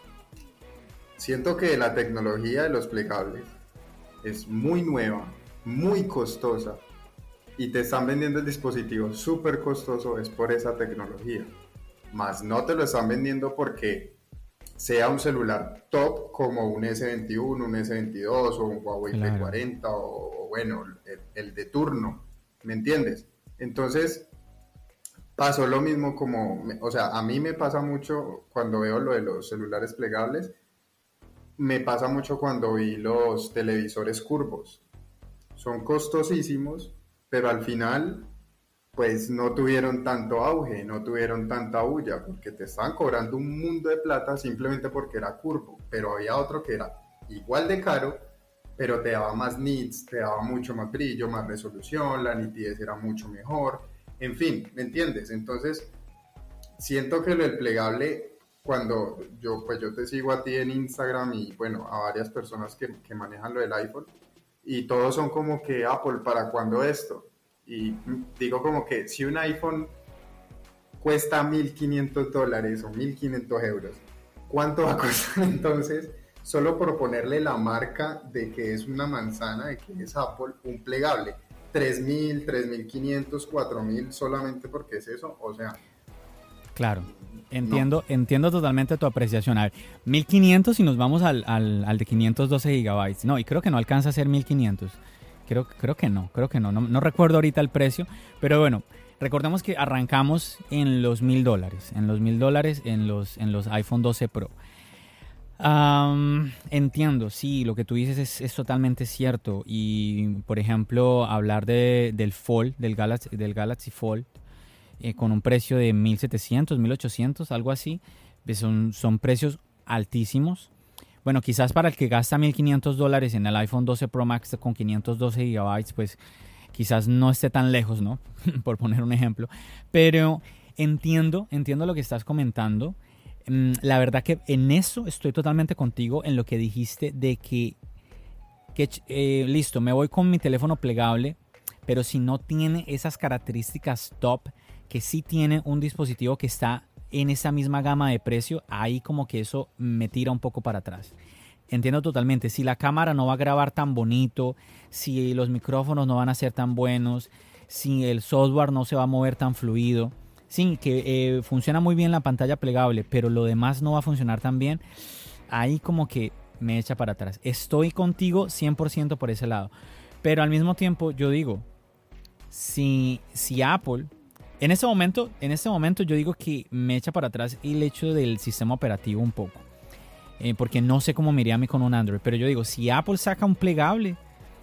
siento que la tecnología de los plegables es muy nueva, muy costosa y te están vendiendo el dispositivo súper costoso, es por esa tecnología. Más no te lo están vendiendo porque sea un celular top como un S21, un S22 o un Huawei P40 o bueno, el de turno, ¿me entiendes? Entonces, pasó lo mismo o sea, a mí me pasa mucho cuando veo lo de los celulares plegables, me pasa mucho cuando vi los televisores curvos. Son costosísimos, pero al final pues no tuvieron tanto auge, no tuvieron tanta bulla, porque te estaban cobrando un mundo de plata simplemente porque era curvo, pero había otro que era igual de caro, pero te daba más nits, te daba mucho más brillo, más resolución, la nitidez era mucho mejor, en fin, ¿me entiendes? Entonces, siento que lo del plegable, cuando yo te sigo a ti en Instagram y bueno, a varias personas que manejan lo del iPhone, y todos son como que Apple, ¿para cuándo esto? Y digo como que si un iPhone cuesta $1.500 o 1.500 euros, ¿cuánto va a costar entonces? Solo por ponerle la marca de que es una manzana, de que es Apple, un plegable. 3.000, 3.500, 4.000 solamente porque es eso, o sea... Claro, entiendo totalmente tu apreciación. A ver, 1.500 y nos vamos al de 512 gigabytes. No, y creo que no alcanza a ser 1.500. Creo que no recuerdo ahorita el precio, pero bueno, recordemos que arrancamos en los $1.000, en los iPhone 12 Pro. Entiendo, sí, lo que tú dices es totalmente cierto. Y por ejemplo, hablar del Fold, del Galaxy Fold, con un precio de 1.700, 1.800, algo así, pues son precios altísimos. Bueno, quizás para el que gasta $1.500 en el iPhone 12 Pro Max con 512 GB, pues quizás no esté tan lejos, ¿no? Por poner un ejemplo. Pero entiendo lo que estás comentando. La verdad que en eso estoy totalmente contigo en lo que dijiste de que listo, me voy con mi teléfono plegable, pero si no tiene esas características top, que sí tiene un dispositivo que está en esa misma gama de precio, ahí como que eso me tira un poco para atrás. Entiendo totalmente, si la cámara no va a grabar tan bonito, si los micrófonos no van a ser tan buenos, si el software no se va a mover tan fluido, sí, que funciona muy bien la pantalla plegable, pero lo demás no va a funcionar tan bien, ahí como que me echa para atrás. Estoy contigo 100% por ese lado, pero al mismo tiempo yo digo, si Apple... En este momento yo digo que me echa para atrás el hecho del sistema operativo un poco. Porque no sé cómo me iría a mí con un Android. Pero yo digo, si Apple saca un plegable,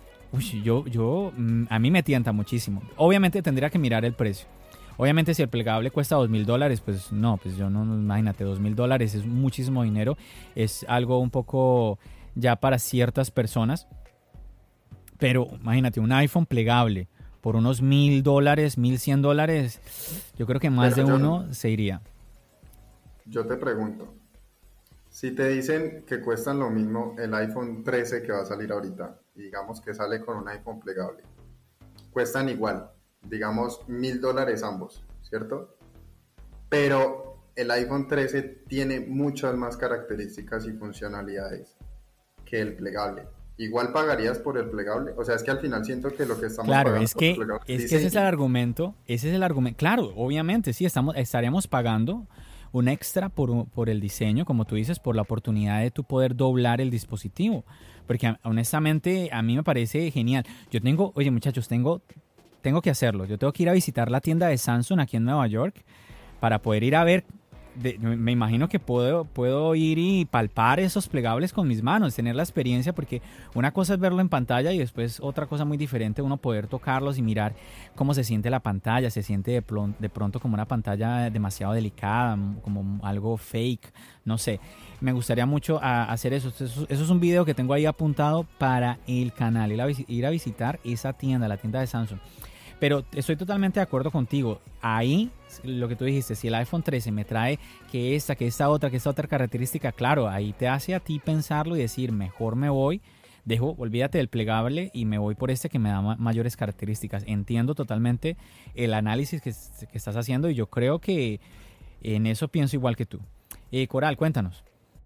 a mí me tienta muchísimo. Obviamente tendría que mirar el precio. Obviamente si el plegable cuesta $2.000, pues no, pues yo no, imagínate, $2.000 es muchísimo dinero. Es algo un poco ya para ciertas personas. Pero imagínate, un iPhone plegable por unos $1.000, $1.100, yo creo que más de uno se iría. Yo te pregunto, si te dicen que cuestan lo mismo el iPhone 13 que va a salir ahorita, y digamos que sale con un iPhone plegable, cuestan igual, digamos $1.000 ambos, ¿cierto? Pero el iPhone 13 tiene muchas más características y funcionalidades que el plegable. ¿Igual pagarías por el plegable? O sea, es que al final siento que lo que estamos pagando por el plegable... Claro, ese es el argumento. Claro, obviamente, sí, estaríamos pagando un extra por el diseño, como tú dices, por la oportunidad de tú poder doblar el dispositivo. Porque honestamente a mí me parece genial. Oye muchachos, tengo que hacerlo. Yo tengo que ir a visitar la tienda de Samsung aquí en Nueva York para poder ir a ver. Me imagino que puedo ir y palpar esos plegables con mis manos, tener la experiencia, porque una cosa es verlo en pantalla y después otra cosa muy diferente, uno poder tocarlos y mirar cómo se siente la pantalla. Se siente de pronto como una pantalla demasiado delicada, como algo fake, no sé. Me gustaría mucho hacer eso. Eso es un video que tengo ahí apuntado para el canal, ir a visitar esa tienda, la tienda de Samsung. Pero estoy totalmente de acuerdo contigo. Ahí, lo que tú dijiste, si el iPhone 13 me trae que esta otra característica, claro, ahí te hace a ti pensarlo y decir, mejor me voy, olvídate del plegable y me voy por este que me da mayores características. Entiendo totalmente el análisis que estás haciendo y yo creo que en eso pienso igual que tú. Coral, cuéntanos.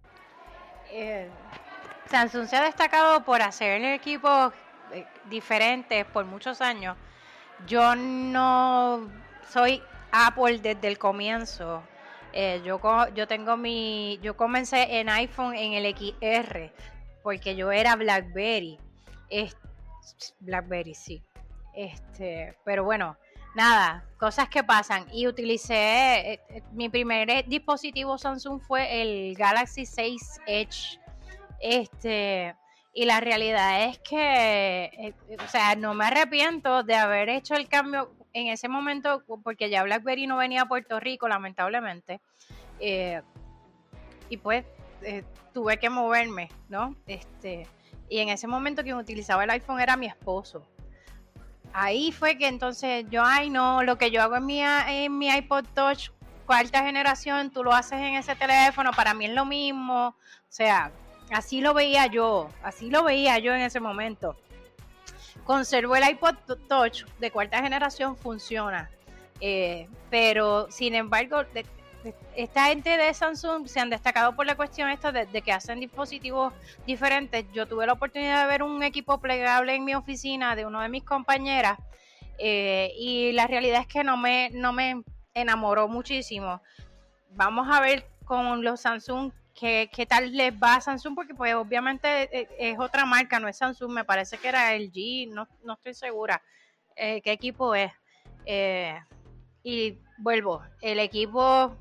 Samsung se ha destacado por hacer equipos diferentes por muchos años. Yo no soy Apple desde el comienzo. Yo comencé en iPhone en el XR porque yo era BlackBerry. BlackBerry, sí. Pero bueno, nada, cosas que pasan. Y utilicé mi primer dispositivo Samsung fue el Galaxy 6 Edge. Y la realidad es que, o sea, no me arrepiento de haber hecho el cambio en ese momento, porque ya BlackBerry no venía a Puerto Rico, lamentablemente. Y pues tuve que moverme, ¿no? Y en ese momento quien utilizaba el iPhone era mi esposo. Ahí fue que entonces yo, lo que yo hago en mi iPod Touch, cuarta generación, tú lo haces en ese teléfono, para mí es lo mismo. O sea, así lo veía yo en ese momento. Conservo el iPod Touch de cuarta generación, funciona. Pero, sin embargo, esta gente de Samsung se han destacado por la cuestión esta de que hacen dispositivos diferentes. Yo tuve la oportunidad de ver un equipo plegable en mi oficina de uno de mis compañeras y la realidad es que no me enamoró muchísimo. Vamos a ver con los Samsung qué tal les va a Samsung, porque pues obviamente es otra marca, no es Samsung, me parece que era LG, no estoy segura qué equipo es. Y vuelvo, el equipo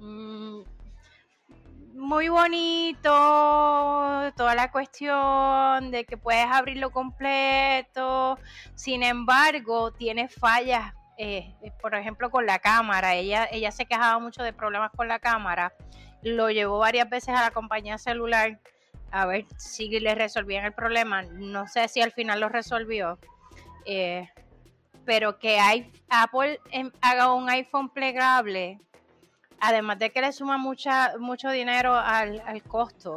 muy bonito, toda la cuestión de que puedes abrirlo completo, sin embargo tiene fallas, por ejemplo con la cámara. Ella se quejaba mucho de problemas con la cámara, lo llevó varias veces a la compañía celular a ver si le resolvían el problema, no sé si al final lo resolvió, pero que Apple haga un iPhone plegable, además de que le suma mucho dinero al costo,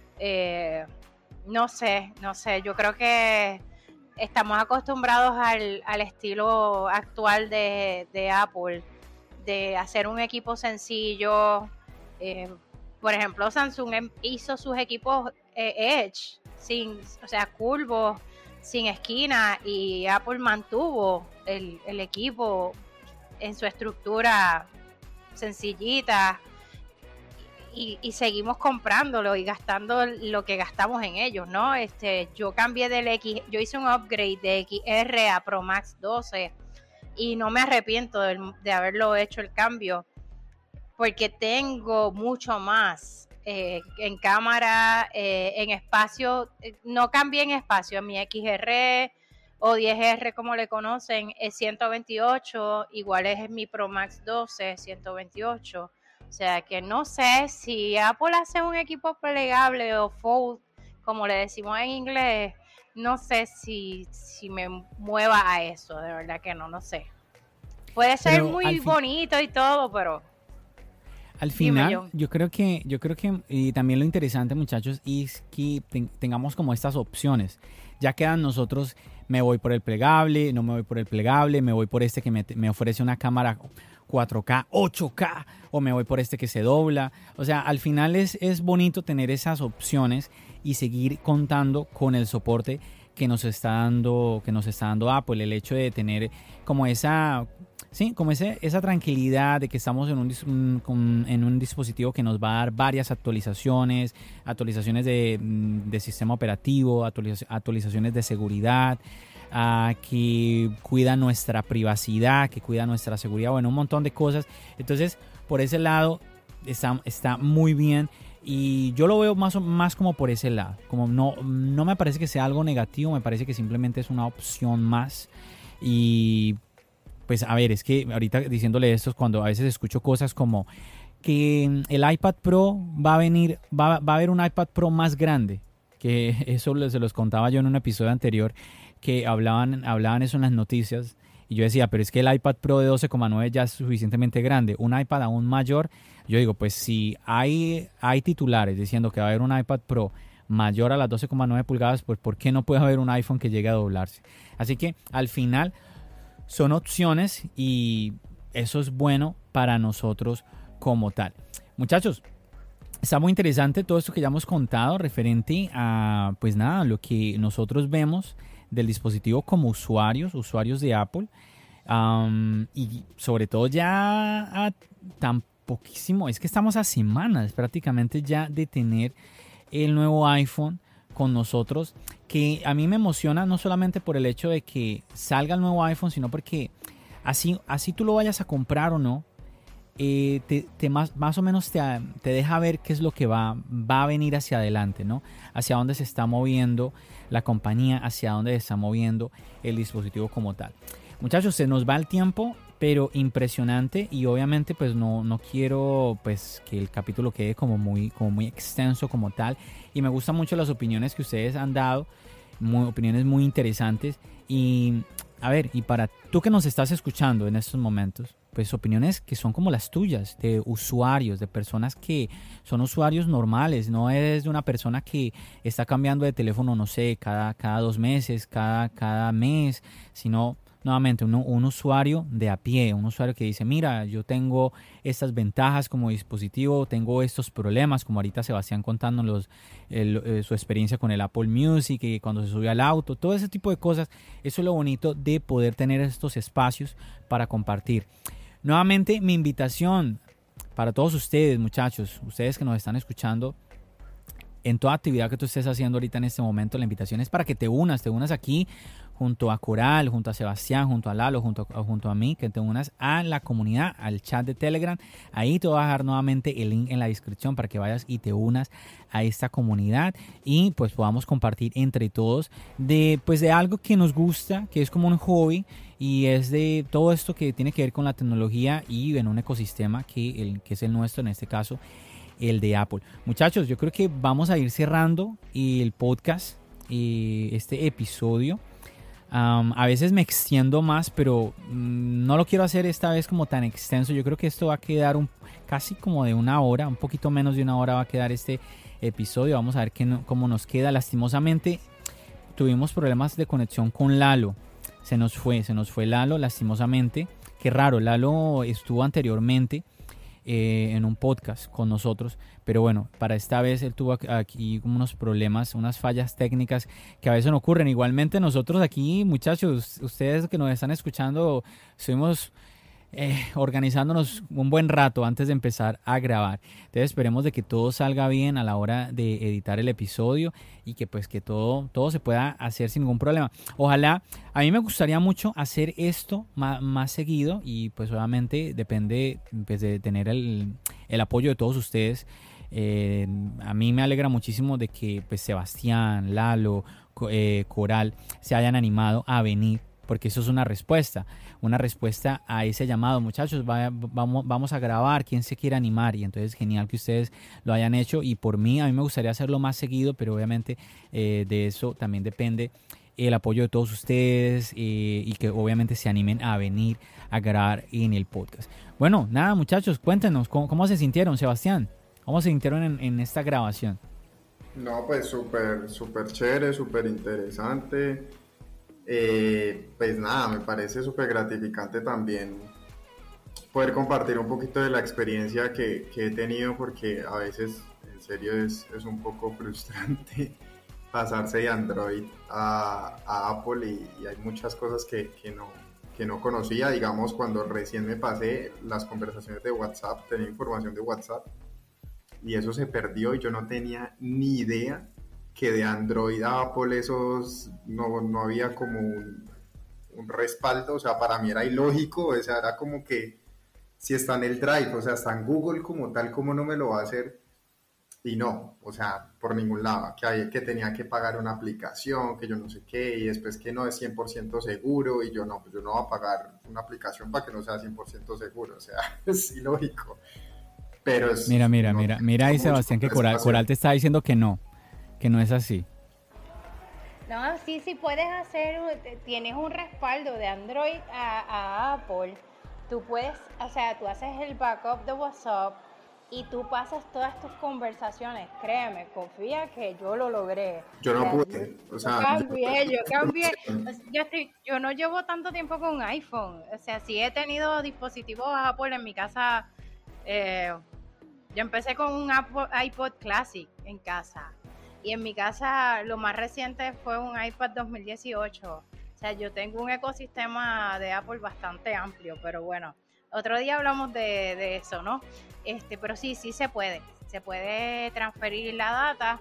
no sé, yo creo que estamos acostumbrados al estilo actual de Apple, de hacer un equipo sencillo. Por ejemplo, Samsung hizo sus equipos Edge, curvos, sin esquina, y Apple mantuvo el equipo en su estructura sencillita y seguimos comprándolo y gastando lo que gastamos en ellos, ¿no? Yo cambié yo hice un upgrade de XR a Pro Max 12 y no me arrepiento de haberlo hecho el cambio, porque tengo mucho más en cámara, en espacio. No cambié en espacio. Mi XR o 10R, como le conocen, es 128, igual es mi Pro Max 12, 128. O sea que no sé si Apple hace un equipo plegable o fold, como le decimos en inglés, no sé si me mueva a eso, de verdad que no sé. Puede ser muy bonito y todo, pero al final, yo creo que y también lo interesante, muchachos, es que tengamos como estas opciones. Ya quedan nosotros, me voy por el plegable, no me voy por el plegable, me voy por este que me ofrece una cámara 4K, 8K, o me voy por este que se dobla. O sea, al final es bonito tener esas opciones y seguir contando con el soporte que nos está dando Apple. El hecho de tener como esa sí, como esa tranquilidad de que estamos en en un dispositivo que nos va a dar varias actualizaciones, actualizaciones de sistema operativo, actualizaciones de seguridad, que cuida nuestra privacidad, que cuida nuestra seguridad, bueno, un montón de cosas. Entonces, por ese lado está muy bien. Y yo lo veo más como por ese lado. Como no me parece que sea algo negativo, me parece que simplemente es una opción más. Y pues a ver, es que ahorita diciéndole esto, cuando a veces escucho cosas como que el iPad Pro va a haber un iPad Pro más grande. Que eso se los contaba yo en un episodio anterior, que hablaban eso en las noticias. Y yo decía, pero es que el iPad Pro de 12,9 ya es suficientemente grande. Un iPad aún mayor, yo digo, pues si hay titulares diciendo que va a haber un iPad Pro mayor a las 12,9 pulgadas, pues ¿por qué no puede haber un iPhone que llegue a doblarse? Así que al final son opciones y eso es bueno para nosotros como tal. Muchachos, está muy interesante todo esto que ya hemos contado referente a, pues nada, lo que nosotros vemos del dispositivo como usuarios de Apple, y sobre todo ya a tan poquísimo, es que estamos a semanas prácticamente ya de tener el nuevo iPhone con nosotros, que a mí me emociona no solamente por el hecho de que salga el nuevo iPhone, sino porque así tú lo vayas a comprar o no, más o menos te deja ver qué es lo que va a venir hacia adelante, ¿no? Hacia dónde se está moviendo la compañía, hacia dónde se está moviendo el dispositivo como tal. Muchachos, se nos va el tiempo, pero impresionante, y obviamente pues no quiero pues que el capítulo quede como muy extenso como tal, y me gustan mucho las opiniones que ustedes han dado, opiniones muy interesantes. Y a ver, y para tú que nos estás escuchando en estos momentos, pues opiniones que son como las tuyas, de usuarios, de personas que son usuarios normales, no eres de una persona que está cambiando de teléfono, no sé, cada 2 meses, cada mes, sino nuevamente un usuario de a pie, un usuario que dice, mira, yo tengo estas ventajas como dispositivo, tengo estos problemas, como ahorita Sebastián contándonos su experiencia con el Apple Music, y cuando se sube al auto, todo ese tipo de cosas. Eso es lo bonito de poder tener estos espacios para compartir. Nuevamente, mi invitación para todos ustedes, muchachos, ustedes que nos están escuchando, en toda actividad que tú estés haciendo ahorita en este momento, la invitación es para que te unas aquí junto a Coral, junto a Sebastián, junto a Lalo, junto a mí, que te unas a la comunidad, al chat de Telegram. Ahí te voy a dejar nuevamente el link en la descripción para que vayas y te unas a esta comunidad y pues podamos compartir entre todos de algo que nos gusta, que es como un hobby, y es de todo esto que tiene que ver con la tecnología y en un ecosistema que es el nuestro, en este caso el de Apple. Muchachos, yo creo que vamos a ir cerrando el podcast, este episodio. A veces me extiendo más, pero no lo quiero hacer esta vez como tan extenso. Yo creo que esto va a quedar casi como de 1 hora, un poquito menos de 1 hora va a quedar este episodio. Vamos a ver cómo nos queda. Lastimosamente tuvimos problemas de conexión con Lalo. Se nos fue Lalo, lastimosamente. Qué raro, Lalo estuvo anteriormente en un podcast con nosotros, pero bueno, para esta vez él tuvo aquí unos problemas, unas fallas técnicas que a veces no ocurren. Igualmente nosotros aquí, muchachos, ustedes que nos están escuchando, estuvimos organizándonos un buen rato antes de empezar a grabar. Entonces esperemos de que todo salga bien a la hora de editar el episodio y que pues que todo se pueda hacer sin ningún problema. Ojalá, a mí me gustaría mucho hacer esto más seguido, y pues obviamente depende pues, de tener el apoyo de todos ustedes. A mí me alegra muchísimo de que pues Sebastián, Lalo, Coral se hayan animado a venir, porque eso es una respuesta a ese llamado. Muchachos, vamos a grabar, ¿quién se quiere animar? Y entonces genial que ustedes lo hayan hecho, y por mí, a mí me gustaría hacerlo más seguido, pero obviamente de eso también depende el apoyo de todos ustedes, y que obviamente se animen a venir a grabar en el podcast. Bueno, nada, muchachos, cuéntenos, ¿cómo se sintieron, Sebastián? ¿Cómo se sintieron en esta grabación? No, pues súper chévere, súper interesante. Pues nada, me parece súper gratificante también poder compartir un poquito de la experiencia que he tenido, porque a veces en serio es un poco frustrante pasarse de Android a Apple, y hay muchas cosas que que no conocía, digamos, cuando recién me pasé las conversaciones de WhatsApp, tenía información de WhatsApp y eso se perdió y yo no tenía ni idea que de Android a Apple esos no había como un respaldo, o sea, para mí era ilógico, o sea, era como que si está en el Drive, o sea, está en Google como tal, ¿cómo no me lo va a hacer? Y no, o sea, por ningún lado, que tenía que pagar una aplicación, que yo no sé qué, y después que no es 100% seguro, y yo no, pues yo no voy a pagar una aplicación para que no sea 100% seguro, o sea, es ilógico. Pero es, Mira ahí, Sebastián, que Coral te está diciendo que no es así. No, sí puedes hacer, tienes un respaldo de Android a Apple. Tú puedes, o sea, tú haces el backup de WhatsApp y tú pasas todas tus conversaciones. Créeme, confía que yo lo logré. Yo no pude, o sea, yo cambié. Yo no llevo tanto tiempo con un iPhone. O sea, sí he tenido dispositivos Apple en mi casa. Yo empecé con un iPod Classic en casa. Y en mi casa lo más reciente fue un iPad 2018. O sea, yo tengo un ecosistema de Apple bastante amplio, pero bueno, otro día hablamos de eso, ¿no? Pero sí se puede transferir la data.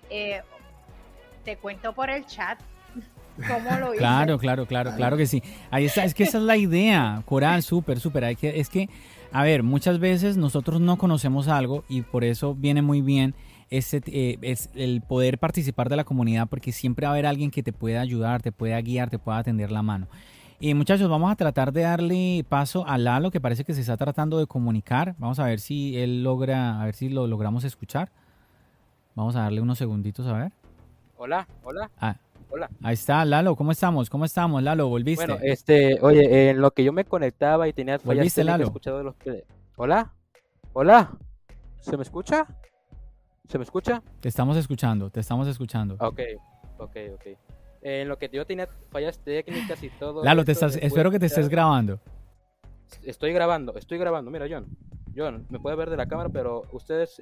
Te cuento por el chat cómo lo hice. Claro que sí. Ahí está, es que esa es la idea, Coral, súper. Es que, a ver, muchas veces nosotros no conocemos algo y por eso viene muy bien es el poder participar de la comunidad, porque siempre va a haber alguien que te pueda ayudar, te pueda guiar, te pueda tender la mano. Y muchachos, vamos a tratar de darle paso a Lalo, que parece que se está tratando de comunicar. Vamos a ver si él logra, a ver si lo logramos escuchar. Vamos a darle unos segunditos a ver. Hola. Hola. Ahí está, Lalo, ¿cómo estamos, Lalo? ¿Volviste? Bueno, oye, en lo que yo me conectaba y tenía fallas técnicas, escuchado de los que... Hola. ¿Se me escucha? Te estamos escuchando. Ok. En lo que yo tenía fallas técnicas y todo. Lalo, espero que te estés grabando. Estoy grabando. Mira, John, me puede ver de la cámara, pero ustedes,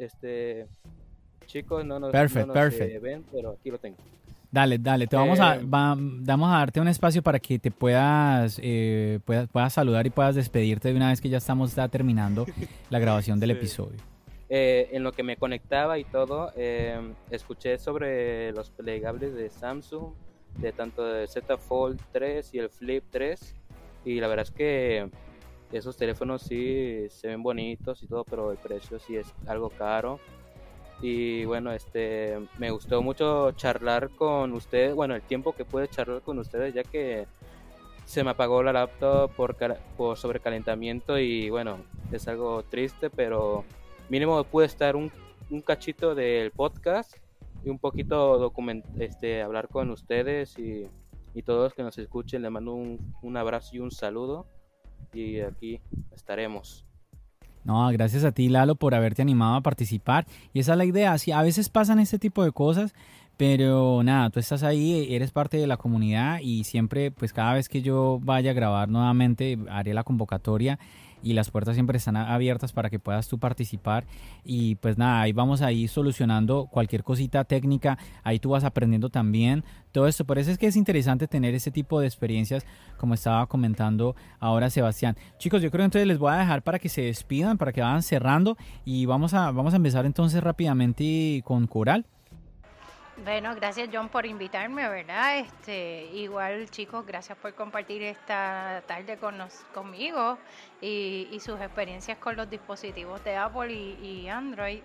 chicos, no nos ven, pero aquí lo tengo. Dale, vamos a darte un espacio para que te puedas saludar y puedas despedirte de una vez que ya estamos terminando la grabación del episodio. En lo que me conectaba y todo, escuché sobre los plegables de Samsung, de tanto de Z Fold 3 y el Flip 3, y la verdad es que esos teléfonos sí se ven bonitos y todo, pero el precio sí es algo caro. Y bueno, me gustó mucho charlar con ustedes, bueno, el tiempo que pude charlar con ustedes, ya que se me apagó la laptop por sobrecalentamiento y bueno, es algo triste, pero mínimo pude estar un cachito del podcast y un poquito hablar con ustedes y todos los que nos escuchen. Les mando un abrazo y un saludo y aquí estaremos. No, gracias a ti, Lalo, por haberte animado a participar. Y esa es la idea. Sí, a veces pasan este tipo de cosas, pero nada, tú estás ahí, eres parte de la comunidad y siempre, pues cada vez que yo vaya a grabar nuevamente, haré la convocatoria y las puertas siempre están abiertas para que puedas tú participar. Y pues nada, ahí vamos a ir solucionando cualquier cosita técnica, ahí tú vas aprendiendo también todo esto. Por eso es que es interesante tener ese tipo de experiencias, como estaba comentando ahora Sebastián. Chicos, yo creo entonces les voy a dejar para que se despidan, para que vayan cerrando y vamos a empezar entonces rápidamente con Coral. Bueno, gracias John por invitarme, ¿verdad? Igual chicos, gracias por compartir esta tarde conmigo y sus experiencias con los dispositivos de Apple y Android,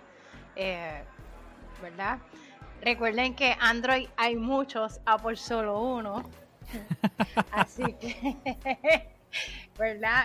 ¿verdad? Recuerden que Android hay muchos, Apple solo uno, así que, ¿verdad?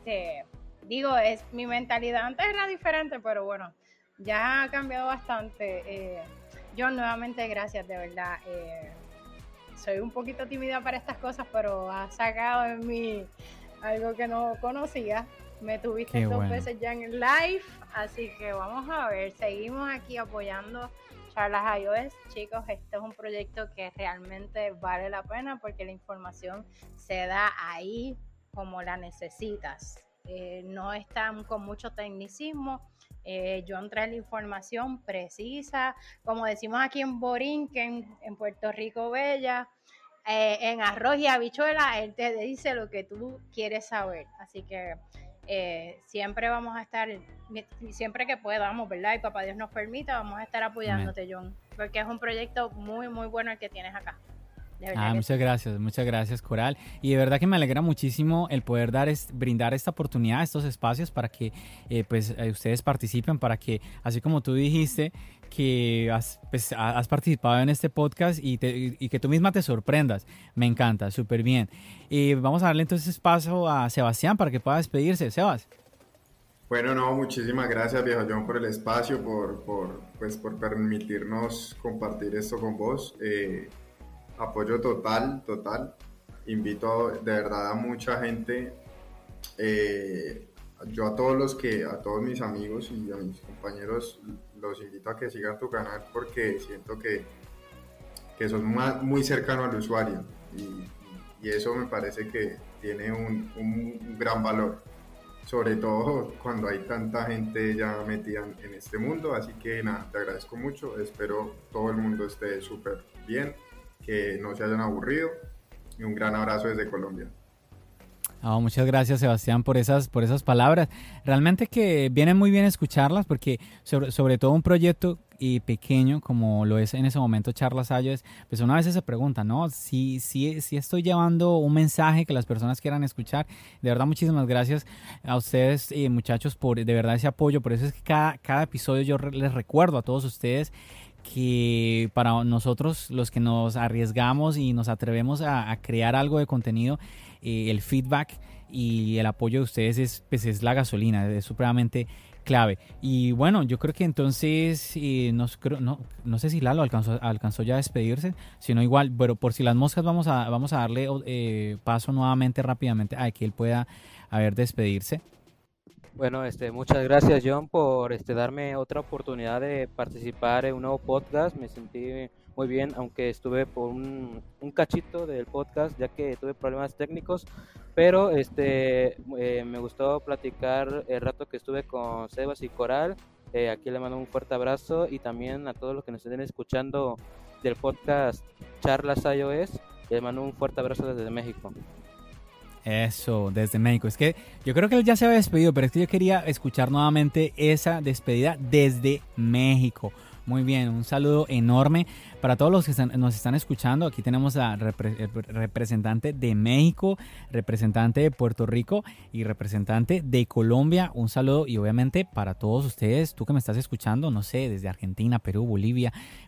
Mi mentalidad antes era diferente, pero bueno, ya ha cambiado bastante. John, nuevamente gracias, de verdad. Soy un poquito tímida para estas cosas, pero has sacado en mí algo que no conocía. Me tuviste dos veces ya en el live, así que vamos a ver. Seguimos aquí apoyando Charlas iOS. Chicos, este es un proyecto que realmente vale la pena porque la información se da ahí como la necesitas. No están con mucho tecnicismo. John trae la información precisa, como decimos aquí en Borinquen, en Puerto Rico Bella, en arroz y habichuela, él te dice lo que tú quieres saber. Así que siempre vamos a estar, siempre que podamos, ¿verdad? Y papá Dios nos permita, vamos a estar apoyándote, John, porque es un proyecto muy, muy bueno el que tienes acá. Muchas gracias, Coral. Y de verdad que me alegra muchísimo el poder brindar esta oportunidad, estos espacios para que ustedes participen, para que, así como tú dijiste, que has participado en este podcast y que tú misma te sorprendas. Me encanta, súper bien. Y vamos a darle entonces paso a Sebastián para que pueda despedirse. Sebas. Bueno, no, muchísimas gracias, viejo John, por el espacio, por permitirnos compartir esto con vos. Apoyo total. Invito de verdad a mucha gente. Yo a todos mis amigos y a mis compañeros los invito a que sigan tu canal porque siento que sos muy cercano al usuario y eso me parece que tiene un gran valor, sobre todo cuando hay tanta gente ya metida en este mundo. Así que nada, te agradezco mucho, espero todo el mundo esté súper bien, que no se hayan aburrido y un gran abrazo desde Colombia. Muchas gracias, Sebastián, por esas palabras. Realmente que viene muy bien escucharlas porque sobre todo un proyecto pequeño como lo es en ese momento Charlas iOS, pues una vez se pregunta, ¿no? Si estoy llevando un mensaje que las personas quieran escuchar. De verdad, muchísimas gracias a ustedes, muchachos, por de verdad ese apoyo. Por eso es que cada episodio yo les recuerdo a todos ustedes que para nosotros, los que nos arriesgamos y nos atrevemos a crear algo de contenido, el feedback y el apoyo de ustedes es la gasolina, es supremamente clave. Y bueno, yo creo que entonces, no sé si Lalo alcanzó ya a despedirse, sino igual, pero por si las moscas vamos a darle paso nuevamente rápidamente a que él pueda despedirse. Bueno, muchas gracias, John, por darme otra oportunidad de participar en un nuevo podcast. Me sentí muy bien, aunque estuve por un cachito del podcast, ya que tuve problemas técnicos, pero me gustó platicar el rato que estuve con Sebas y Coral. Aquí le mando un fuerte abrazo y también a todos los que nos estén escuchando del podcast Charlas iOS, les mando un fuerte abrazo desde México. Eso, desde México. Es que yo creo que él ya se había despedido, pero es que yo quería escuchar nuevamente esa despedida desde México. Muy bien, un saludo enorme para todos los que nos están escuchando. Aquí tenemos a representante de México, representante de Puerto Rico y representante de Colombia. Un saludo y obviamente para todos ustedes, tú que me estás escuchando, no sé, desde Argentina, Perú, Bolivia,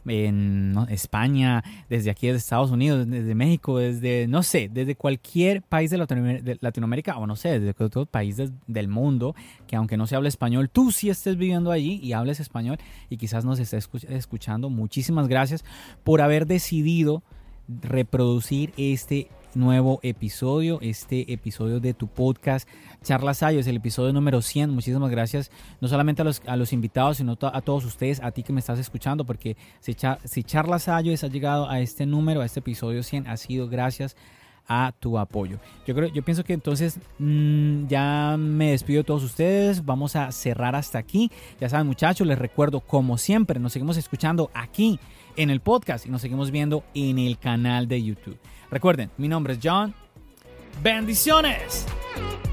España, desde aquí desde Estados Unidos, desde México, desde cualquier país de Latinoamérica o no sé, desde cualquier país del mundo, que aunque no se hable español, tú sí estés viviendo allí y hables español y quizás nos estés escuchando. Muchísimas gracias por haber decidido reproducir este nuevo episodio, de tu podcast Charlas iOS, el episodio número 100. Muchísimas gracias, no solamente a los invitados, sino a todos ustedes, a ti que me estás escuchando, porque si Charlas iOS ha llegado a este número, a este episodio 100, ha sido gracias a tu apoyo. Yo pienso que entonces ya me despido de todos ustedes. Vamos a cerrar hasta aquí. Ya saben, muchachos, les recuerdo, como siempre, nos seguimos escuchando aquí en el podcast y nos seguimos viendo en el canal de YouTube. Recuerden, mi nombre es John. ¡Bendiciones!